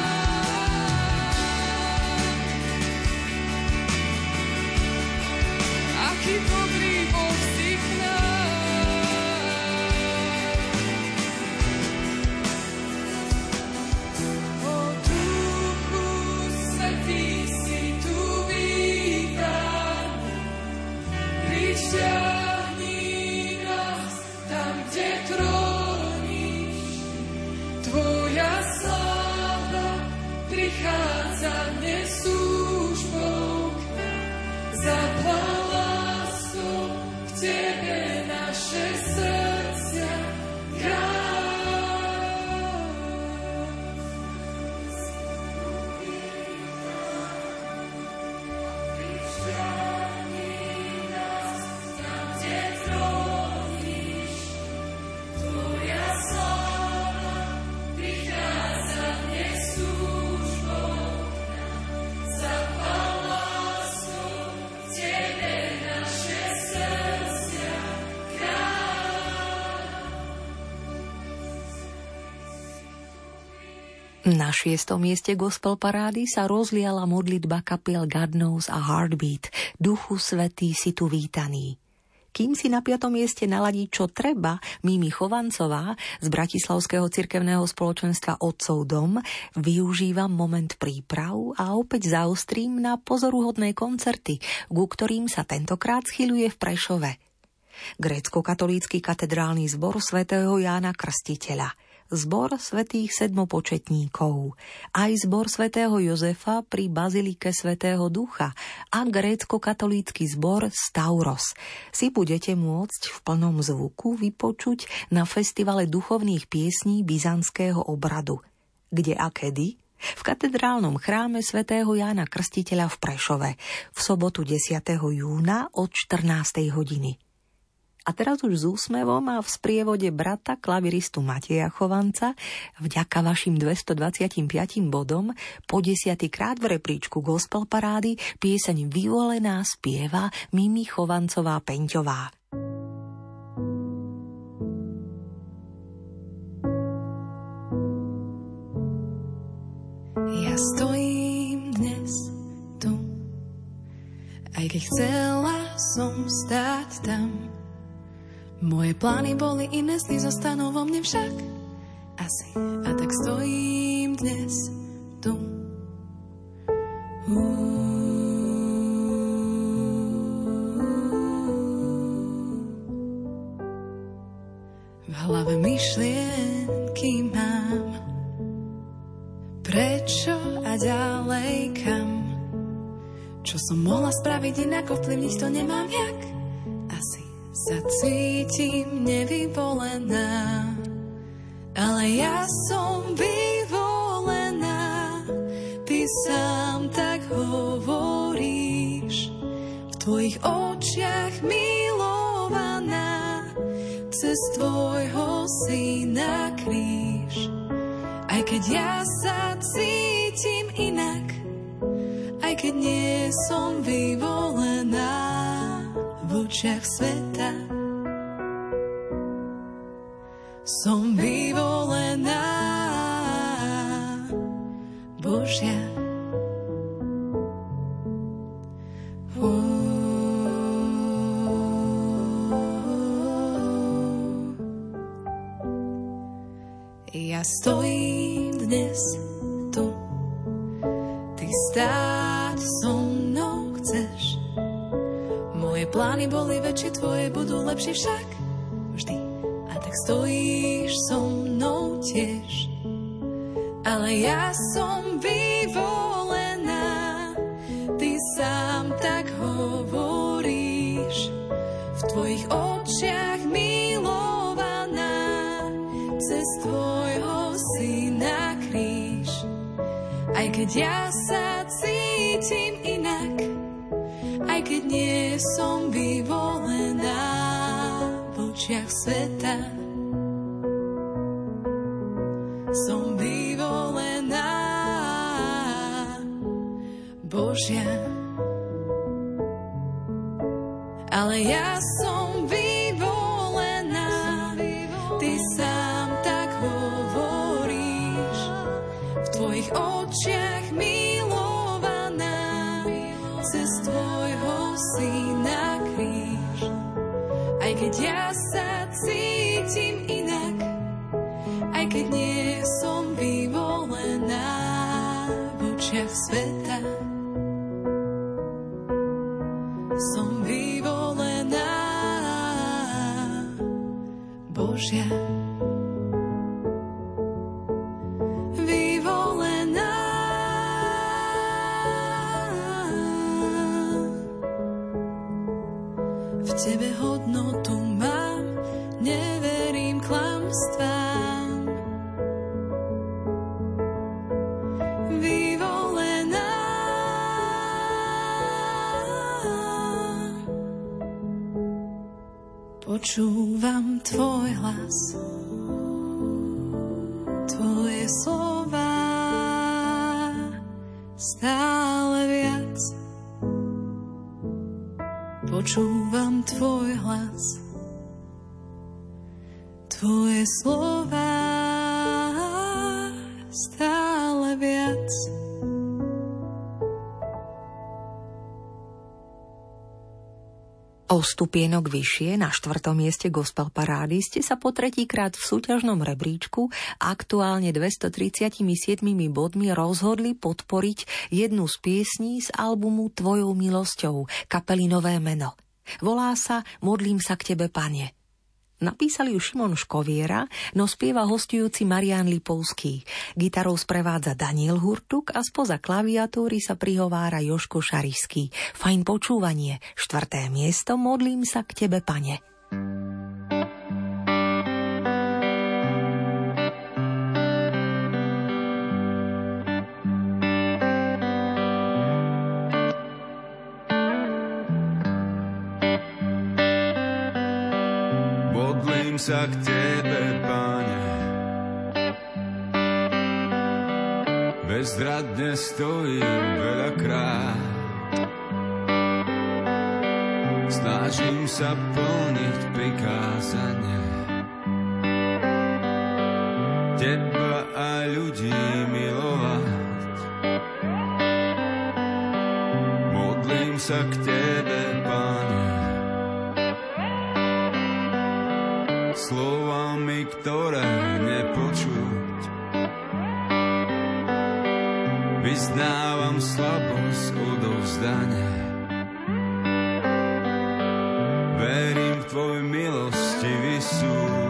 nám. Aký dobrý Boh si k nám. O Duchu Svätý si tu vítan. Priťahni nás tam, kde tróniš. Tvoja sláva prichádza dnes túžbou k nám. Zapal láskou k tebe naše srdcia krát. Priťahni nás tam, kde tróniš. Tvoja sláva prichádza dnes túžbou k nám. Zapal láskou k tebe naše srdcia krát. Na šiestom mieste gospel parády sa rozliala modlitba kapiel God Knows a Heartbeat. Duchu Svätý si tu vítaný. Kým si na piatom mieste naladí Čo treba, Mimi Chovancová z Bratislavského cirkevného spoločenstva Otcov dom, využívam moment príprav a opäť zaostrím na pozoruhodné koncerty, ku ktorým sa tentokrát schyľuje v Prešove. Grécko-katolícky katedrálny zbor svätého Jána Krstiteľa, zbor svätých sedmopočetníkov, aj zbor svätého Jozefa pri Bazilike svätého Ducha a grécko-katolícky zbor Stauros si budete môcť v plnom zvuku vypočuť na festivale duchovných piesní byzantského obradu. Kde a kedy? V katedrálnom chráme svätého Jána Krstiteľa v Prešove v sobotu desiateho júna od štrnástej hodiny. A teraz už s úsmevom a v sprievode brata klaviristu Mateja Chovanca vďaka vašim dvestodvadsaťpäť bodom po desiatykrát v rebríčku gospel parády pieseň Vyvolená spieva Mimi Chovancová Penťová. Ja stojím dnes tu, aj keď chcela som stáť tam. Moje plány boli iné, sny zostanú vo mne však asi. A tak stojím dnes tu. V hlave myšlienky mám, prečo a ďalej kam. Čo som mohla spraviť inak, ovplyvniť to nemám jak. Asi sa cítim nevyvolená, ale ja som vyvolená. Ty sám tak hovoríš, v tvojich očiach milovaná, cez tvojho syna kríž. Aj keď ja sa cítim inak, aj keď nie som vyvolená v očiach sveta, som vyvolená Božia. Ja stojím dnes tu, ty stáť so mnou chceš. Moje plány boli väčšie, tvoje budú lepšie však vždy. A tak stojíš so mnou tiež. Ale ja som vyvolená Aj keď ja sa cítim inak, aj keď nie som vyvolená v očiach sveta, som vyvolená Božia. Ale ja som vyvolená, ty sám tak hovoríš, v tvojich očiach milovaná, cez tvojho syna kríž. Aj keď ja sa cítim inak, aj keď nie som vyvolená v očiach sveta, som vyvolená Božia. Vyvolená. V tebe hodnotu mám, neverím klamstvám. Vyvolená. Počúvam tvoj hlas, tvoje slová stále viac. Počúvam tvoj hlas, tvoje slová stále viac. O stupienok vyššie na štvrtom mieste Gospel parády ste sa po tretíkrát v súťažnom rebríčku aktuálne dvestotridsaťsedem bodmi rozhodli podporiť jednu z piesní z albumu Tvojou milosťou kapely Nové meno. Volá sa Modlím sa k tebe, Pane. Napísali ju Šimon Škoviera, no spieva hostujúci Marián Lipovský. Gitarou sprevádza Daniel Hurtuk a spoza klaviatúry sa prihovára Jožko Šarišský. Fajn počúvanie. Štvrté miesto Modlím sa k tebe, Pane. Modlím sa k tebe, Pane, bezradne stojím veľakrát. Snažím sa plniť prikázanie, teba a ľudí milovať. Modlím sa k tebe, Pane, slovami, ktoré nepočuť. Vyznávam slabosť odovzdania, verím v tvoj milostivý súd.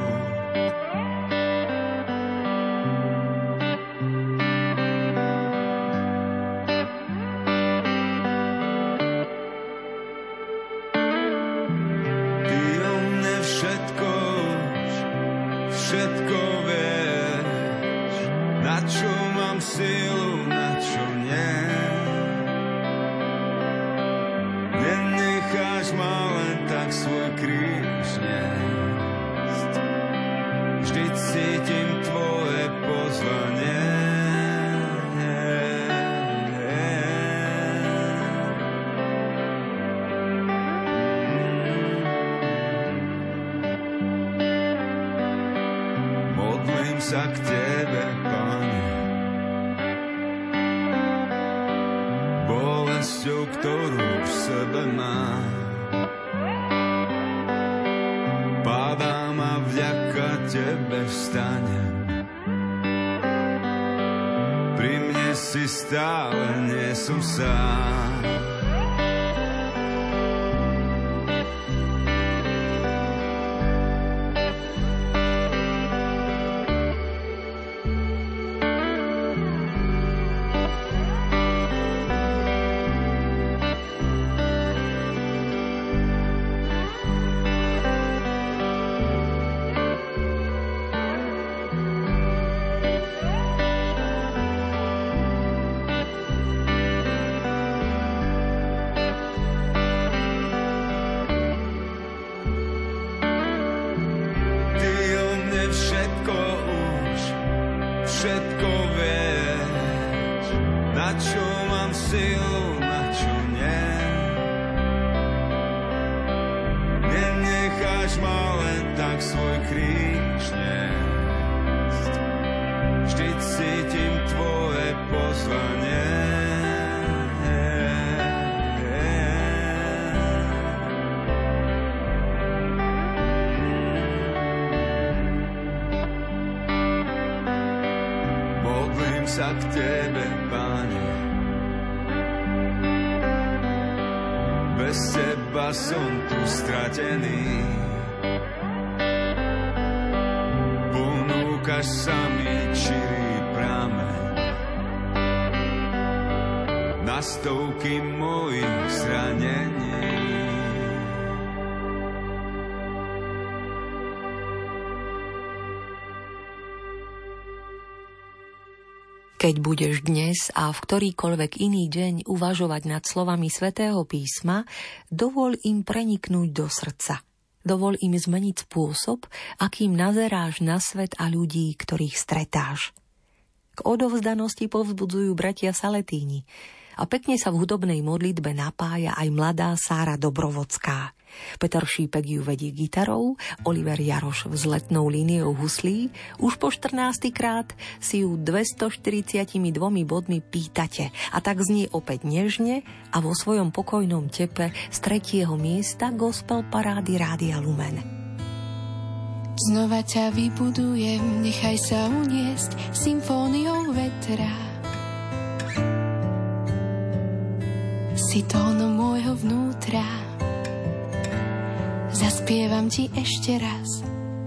Ty o mne všetko Všetko vieš, na čo mám silu, na čo nie. Nenecháš ma len tak svoj kríž niesť. Vždy cítim tvoje pozvanie. Modlím sa k tebe, Pane, bolesťou, ktorú v sebe mám. Padám a vďaka tebe vstanem. Pri mne si stále, nie som sám. čo mám silu, na čo nie. Nenecháš ma len tak svoj kríž niesť. Vždy cítim tvoje pozvanie. Sa k tebe, Pane, bez teba som tu stratený. Ponúkaš sa mi čirý prameň na stovky mojich zranení. Keď budeš dnes a v ktorýkoľvek iný deň uvažovať nad slovami Svätého písma, dovol im preniknúť do srdca. Dovol im zmeniť spôsob, akým nazeráš na svet a ľudí, ktorých stretáš. K odovzdanosti povzbudzujú bratia Saletíni a pekne sa v hudobnej modlitbe napája aj mladá Sára Dobrovodská. Peter Šípek ju vedie gitarou, Oliver Jaroš vzletnou líniou huslí. Už po štrnásty krát si ju dvestoštyridsaťdva bodmi pýtate a tak znie opäť nežne a vo svojom pokojnom tepe z tretieho miesta gospel parády Rádia Lumen. Znova ťa vybudujem, nechaj sa uniesť symfóniou vetra. Si tónom môjho vnútra, zaspievam ti ešte raz.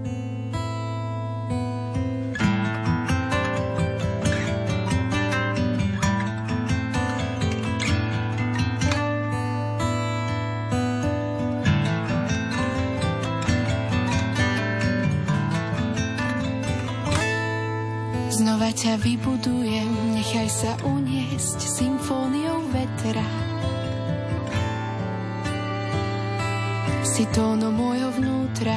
Znova ťa vybudujem, nechaj sa uniesť symfóniou vetra. Si tónom môjho vnútra,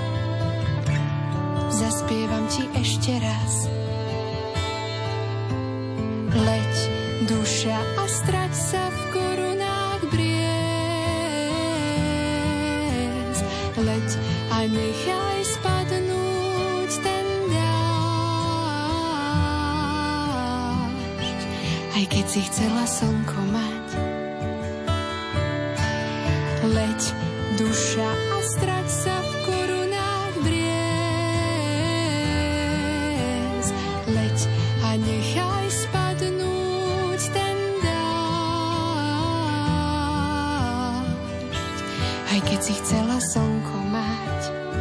zaspievam ti ešte raz. Leď, duša, a strať sa v korunách briez. Leď a nechaj spadnúť ten dážď, aj keď si chcela slnko mať. Leď, duša, a strať sa v korunách briez. Leď a nechaj spadnúť ten dážď, aj keď si chcela slnko mať.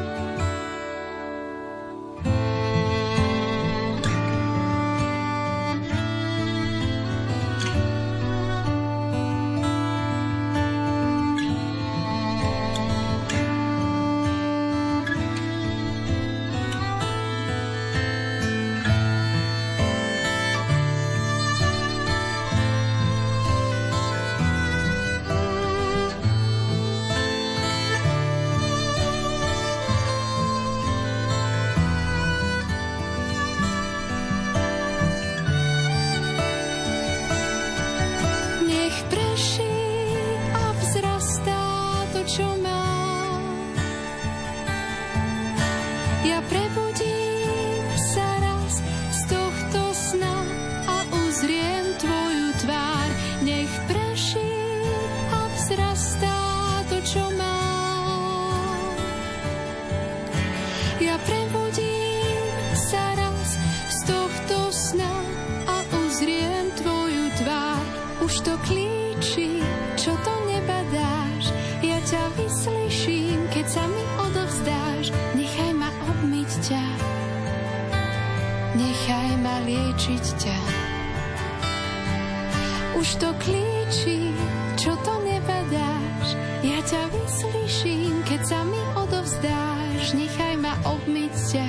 Už to klíči, čo to nebadáš, ja ťa vyslyším, keď sa mi odovzdáš. Nechaj ma obmyť ťa,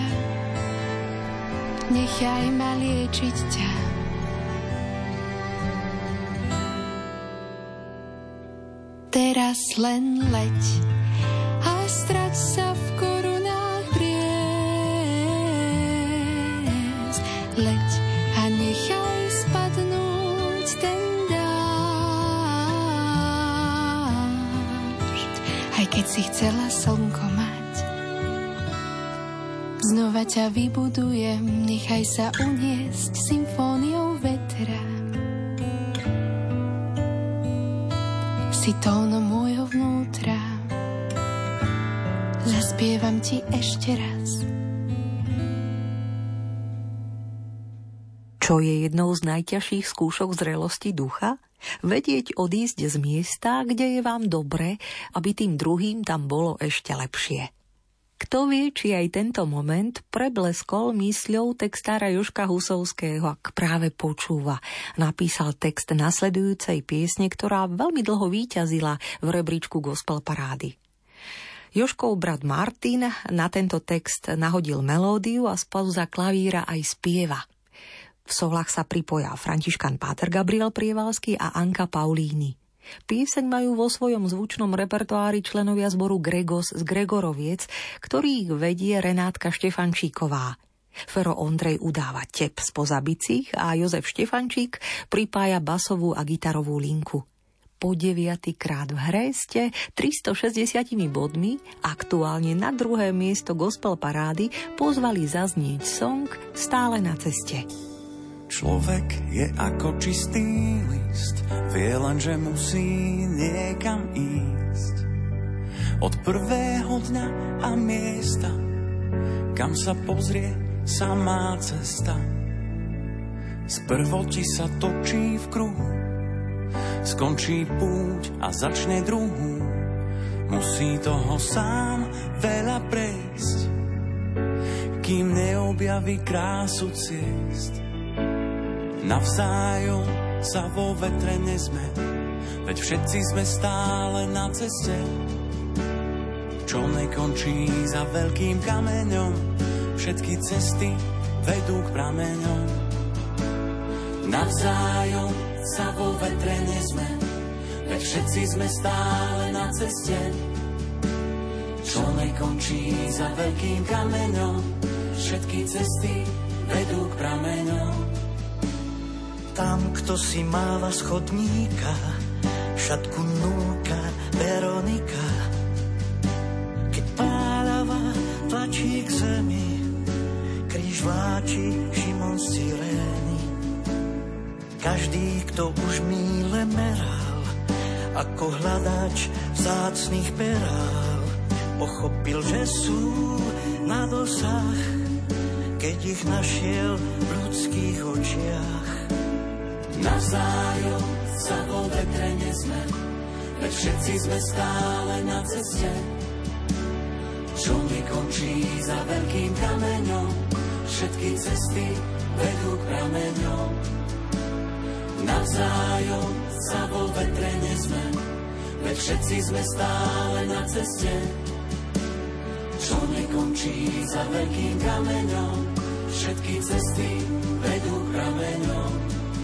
nechaj ma liečiť ťa. Teraz len leď a strať sa v korunách briez. Leď a nechaj spadnúť ten keď si chcela slnko mať. Znova ťa vybudujem, nechaj sa uniesť symfóniou vetra. Si tónom môjho vnútra, zaspievam ti ešte raz. Čo je jednou z najťažších skúšok zrelosti ducha? Vedieť odísť z miesta, kde je vám dobre, aby tým druhým tam bolo ešte lepšie. Kto vie, či aj tento moment prebleskol mysľou textára Jožka Husovského, ak práve počúva. Napísal text nasledujúcej piesne, ktorá veľmi dlho víťazila v rebríčku gospel parády. Jožkov brat Martin na tento text nahodil melódiu a spoza klavíra aj spieva. V solách sa pripoja Františkan Páter Gabriel Prievalský a Anka Paulíny. Pieseň majú vo svojom zvučnom repertoári členovia zboru Gregos z Gregoroviec, ktorých vedie Renátka Štefančíková. Fero Ondrej udáva tep z Pozabicích a Jozef Štefančík pripája basovú a gitarovú linku. Po deviatykrát v hre ste tristošesťdesiat bodmi, aktuálne na druhé miesto gospel parády, pozvali zaznieť song Stále na ceste. Človek je ako čistý list, vie len, že musí niekam ísť. Od prvého dňa a miesta, kam sa pozrie samá cesta. Sprvo ti sa točí v kruhu, skončí púť a začne druhú. Musí toho sám veľa prejsť, kým neobjaví krásu ciest. Navzájom sa vo vetre nezme, veď všetci sme stále na ceste, čo nekončí za veľkým kameňom. Všetky cesty vedú k prameňom. Navzájom sa vo vetre nezme, veď všetci sme stále na ceste, čo nekončí za veľkým kameňom. Všetky cesty vedú k prameňom. Tam, kto si máva schodníka, šatku núka Veronika. Keď pálava tlačí k zemi, kríž vláči Šimon z Cyrény. Každý, kto už míle meral, ako hľadač vzácnych perál, pochopil, že sú na dosah, keď ich našiel v ľudských očiach. Navzájom sa vo vetre nezme, veď všetci sme stále na ceste, čo nekončí za veľkým kameňom. Všetky cesty vedú k prameňom. Navzájom sa vo vetre nezme, veď všetci sme stále na ceste, čo nekončí za veľkým kameňom. Všetky cesty vedú k prameňom.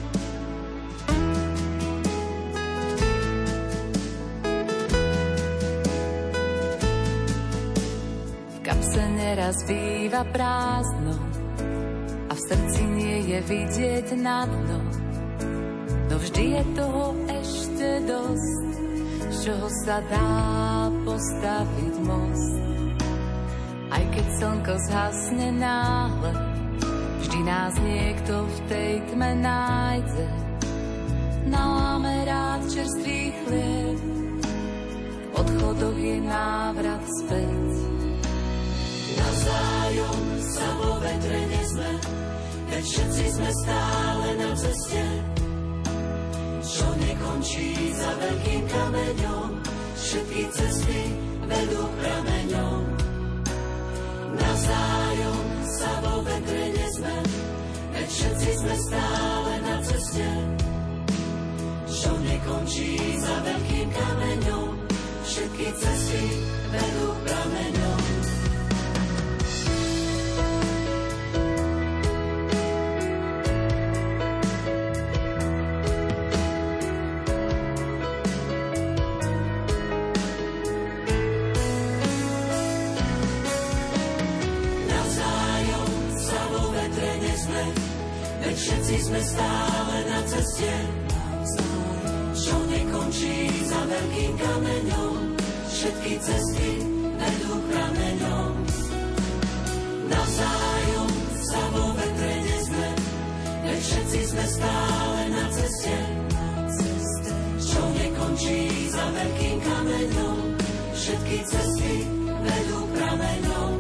Neraz býva prázdno a v srdci nie je vidieť na dno, no vždy je toho ešte dosť, z čoho sa dá postaviť most. Aj keď slnko zhasne náhle, vždy nás niekto v tej tme nájde. Naláme rád čerstvý chlieb, v odchodoch je návrat späť. Navzájom sa vo vetre nezme, veď všetci sme stále na ceste, čo nekončí za veľkým kameňom. Všetky cesty vedú k prameňom. Navzájom sa vo vetre nezme, veď všetci sme stále na ceste, čo nekončí za veľkým kameňom. Všetky cesty vedú k prameňom. Všetci sme stále na ceste, čo nekončí za veľkým kameňom. všetky cesty vedú prameňom. Navzájom sa vo vetre nezme, veď všetci sme stále na ceste, čo nekončí za veľkým kameňom. Všetky cesty vedú prameňom.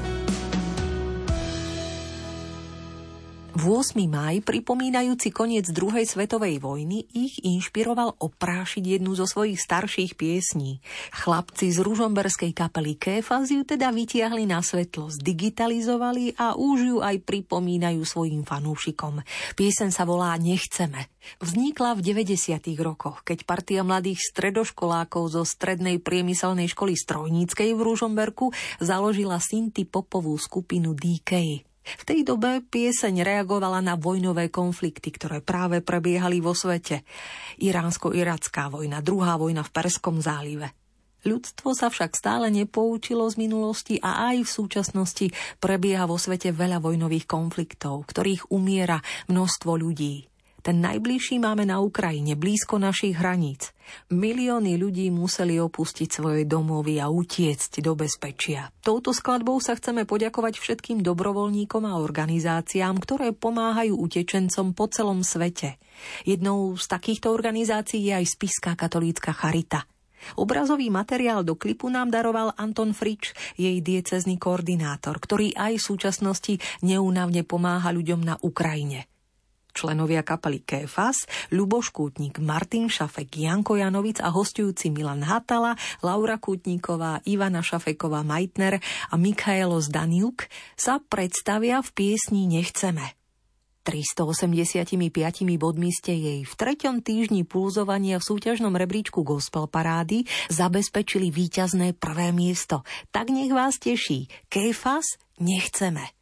ôsmeho mája, pripomínajúci koniec druhej svetovej vojny, ich inšpiroval oprášiť jednu zo svojich starších piesní. Chlapci z ružomberskej kapely Kéfas ju teda vytiahli na svetlo, zdigitalizovali a už ju aj pripomínajú svojim fanúšikom. Pieseň sa volá Nechceme. Vznikla v deväťdesiatych rokoch, keď partia mladých stredoškolákov zo strednej priemyselnej školy strojníckej v Ružomberku založila synthpopovú skupinu dé ká. V tej dobe pieseň reagovala na vojnové konflikty, ktoré práve prebiehali vo svete. Iránsko-iracká vojna, druhá vojna v Perskom zálive. Ľudstvo sa však stále nepoučilo z minulosti a aj v súčasnosti prebieha vo svete veľa vojnových konfliktov, ktorých umiera množstvo ľudí. Ten najbližší máme na Ukrajine, blízko našich hraníc. Milióny ľudí museli opustiť svoje domovy a utiecť do bezpečia. Touto skladbou sa chceme poďakovať všetkým dobrovoľníkom a organizáciám, ktoré pomáhajú utečencom po celom svete. Jednou z takýchto organizácií je aj Spišská katolícka charita. Obrazový materiál do klipu nám daroval Anton Frič, jej diecézny koordinátor, ktorý aj v súčasnosti neúnavne pomáha ľuďom na Ukrajine. Členovia kapely Kéfas, Ľuboš Kútnik, Martin Šafek, Janko Janovic a hosťujúci Milan Hatala, Laura Kútniková, Ivana Šafeková Majtner a Michaelo Zdaniuk sa predstavia v piesni Nechceme. tristoosemdesiatpäť bodmi ste jej v treťom týždni pulzovania v súťažnom rebríčku Gospel Parády zabezpečili víťazné prvé miesto. Tak nech vás teší. Kéfas Nechceme.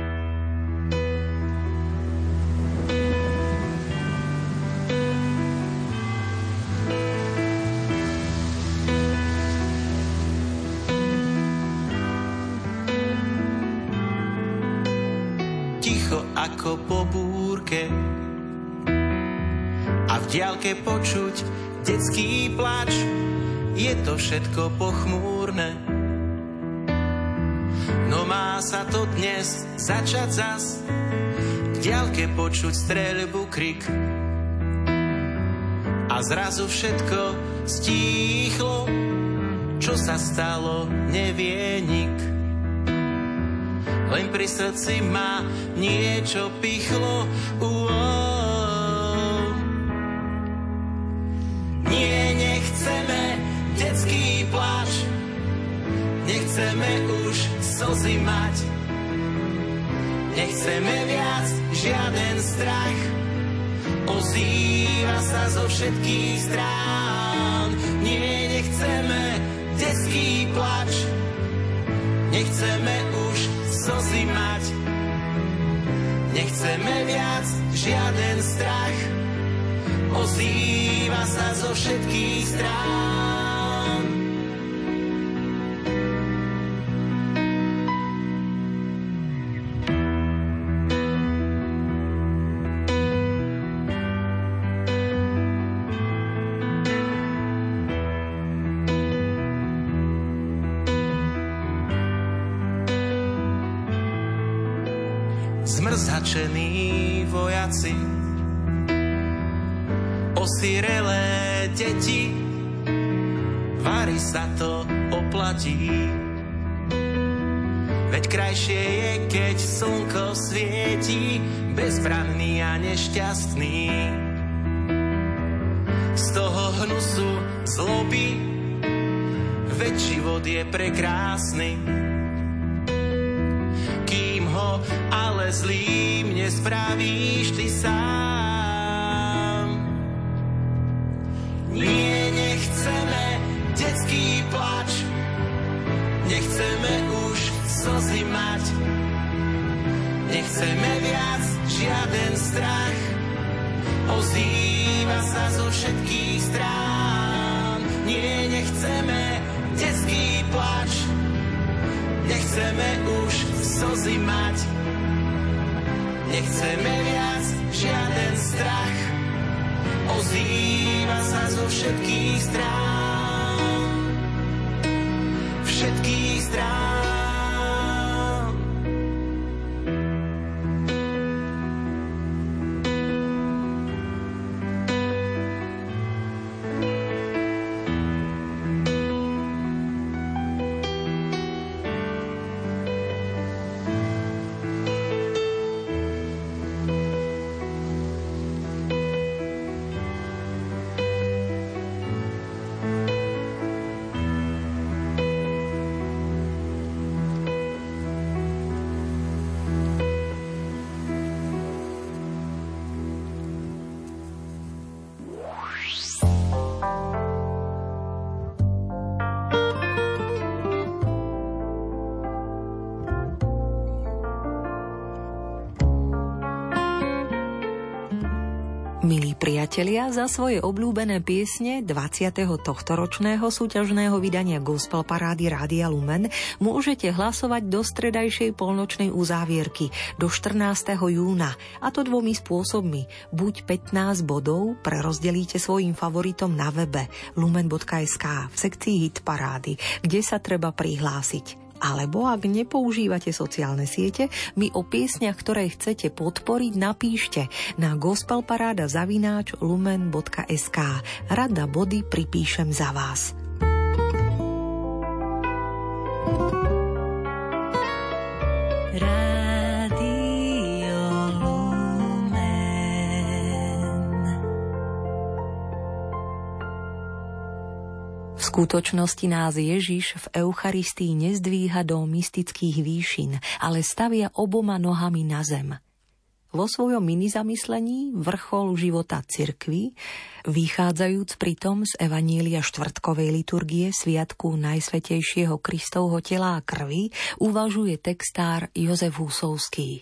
Ako po búrke a v diaľke počuť detský plač, je to všetko pochmúrne. No má sa to dnes začať zas, v diaľke počuť streľbu, krik a zrazu všetko stíchlo, čo sa stalo, nevie nik. Len pri srdci ma niečo pichlo. Uó. Nie, nechceme detský pláč, nechceme už slzy mať, nechceme viac žiaden strach, ozýva sa zo všetkých strán. Nie, nechceme detský pláč, nechceme už slzy mať, nechceme viac žiaden strach, ozýva sa zo všetkých strán. Zmrzačení vojaci, osirelé deti, vari sa to oplatí. Veď krajšie je, keď slnko svieti, bezbranný a nešťastný. Z toho hnusu zloby, veď život je prekrásny. Ale zlým nespravíš ty sám. Nie, nechceme detský plač, nechceme už slzy mať, nechceme viac žiaden strach, ozýva sa zo všetkých strán. Nie, nechceme detský plač, nechceme už slzy mať, nechceme viac žiaden strach, ozýva sa zo všetkých strán. strán. Milí priatelia, za svoje obľúbené piesne dvadsiateho tohtoročného súťažného vydania Gospel Parády Rádia Lumen môžete hlasovať do stredajšej polnočnej uzávierky do štrnásteho júna, a to dvomi spôsobmi. Buď pätnásť bodov prerozdelíte svojim favoritom na webe lumen bodka es ká v sekcii Hit Parády, kde sa treba prihlásiť. Alebo ak nepoužívate sociálne siete, mi o piesniach, ktoré chcete podporiť, napíšte na gospelparáda zavináč lumen bodka es ká. Rada body pripíšem za vás. V skutočnosti nás Ježiš v Eucharistii nezdvíha do mystických výšin, ale stavia oboma nohami na zem. Vo svojom minizamyslení vrchol života cirkvi, vychádzajúc pritom z Evanielia štvrtkovej liturgie sviatku Najsvätejšieho Kristovho tela a krvi, uvažuje textár Jozef Husovský.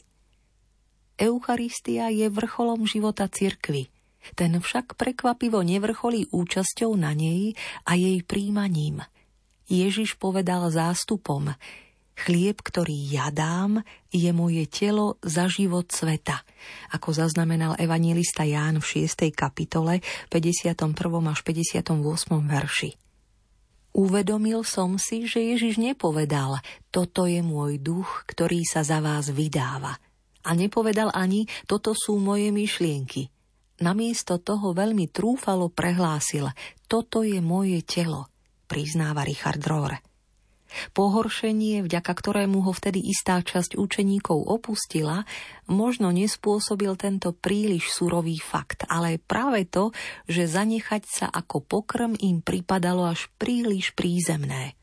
Eucharistia je vrcholom života cirkvi, ten však prekvapivo nevrcholí účasťou na nej a jej príjmaním. Ježiš povedal zástupom: chlieb, ktorý ja dám, je moje telo za život sveta, ako zaznamenal evanjelista Ján v šiestej kapitole, päťdesiatom prvom až päťdesiatom ôsmom verši. Uvedomil som si, že Ježiš nepovedal: toto je môj duch, ktorý sa za vás vydáva. A nepovedal ani: toto sú moje myšlienky. Namiesto toho veľmi trúfalo prehlásil: toto je moje telo, priznáva Richard Rohr. Pohoršenie, vďaka ktorému ho vtedy istá časť učeníkov opustila, možno nespôsobil tento príliš surový fakt, ale práve to, že zanechať sa ako pokrm im pripadalo až príliš prízemné.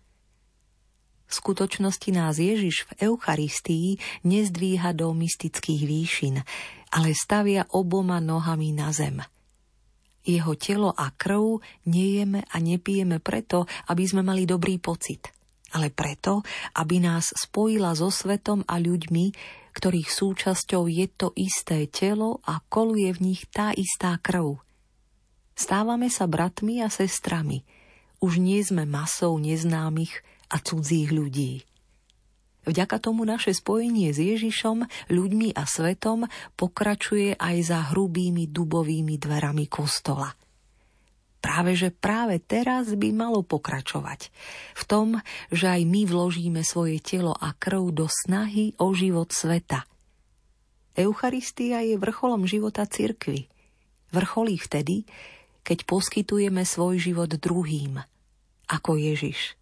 V skutočnosti nás Ježiš v Eucharistii nezdvíha do mystických výšin, ale stavia oboma nohami na zem. Jeho telo a krv nejeme a nepijeme preto, aby sme mali dobrý pocit, ale preto, aby nás spojila so svetom a ľuďmi, ktorých súčasťou je to isté telo a koluje v nich tá istá krv. Stávame sa bratmi a sestrami. Už nie sme masou neznámych a cudzích ľudí. Vďaka tomu naše spojenie s Ježišom, ľuďmi a svetom pokračuje aj za hrubými dubovými dverami kostola. Práve že práve teraz by malo pokračovať v tom, že aj my vložíme svoje telo a krv do snahy o život sveta. Eucharistia je vrcholom života cirkvi. Vrcholí vtedy, keď poskytujeme svoj život druhým, ako Ježiš.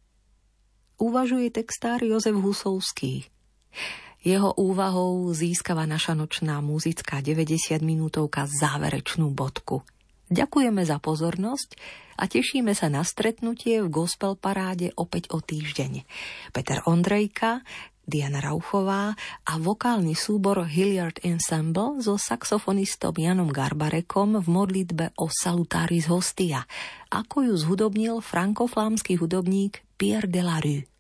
Uvažuje textár Jozef Husovský. Jeho úvahou získava naša nočná muzická deväťdesiatminútovka záverečnú bodku. Ďakujeme za pozornosť a tešíme sa na stretnutie v Gospel Paráde opäť o týždeň. Peter Ondrejka, Diana Rauchová a vokálny súbor Hilliard Ensemble so saxofonistom Janom Garbarekom v modlitbe o Salutaris Hostia, ako ju zhudobnil frankoflámsky hudobník Pierre Delarue.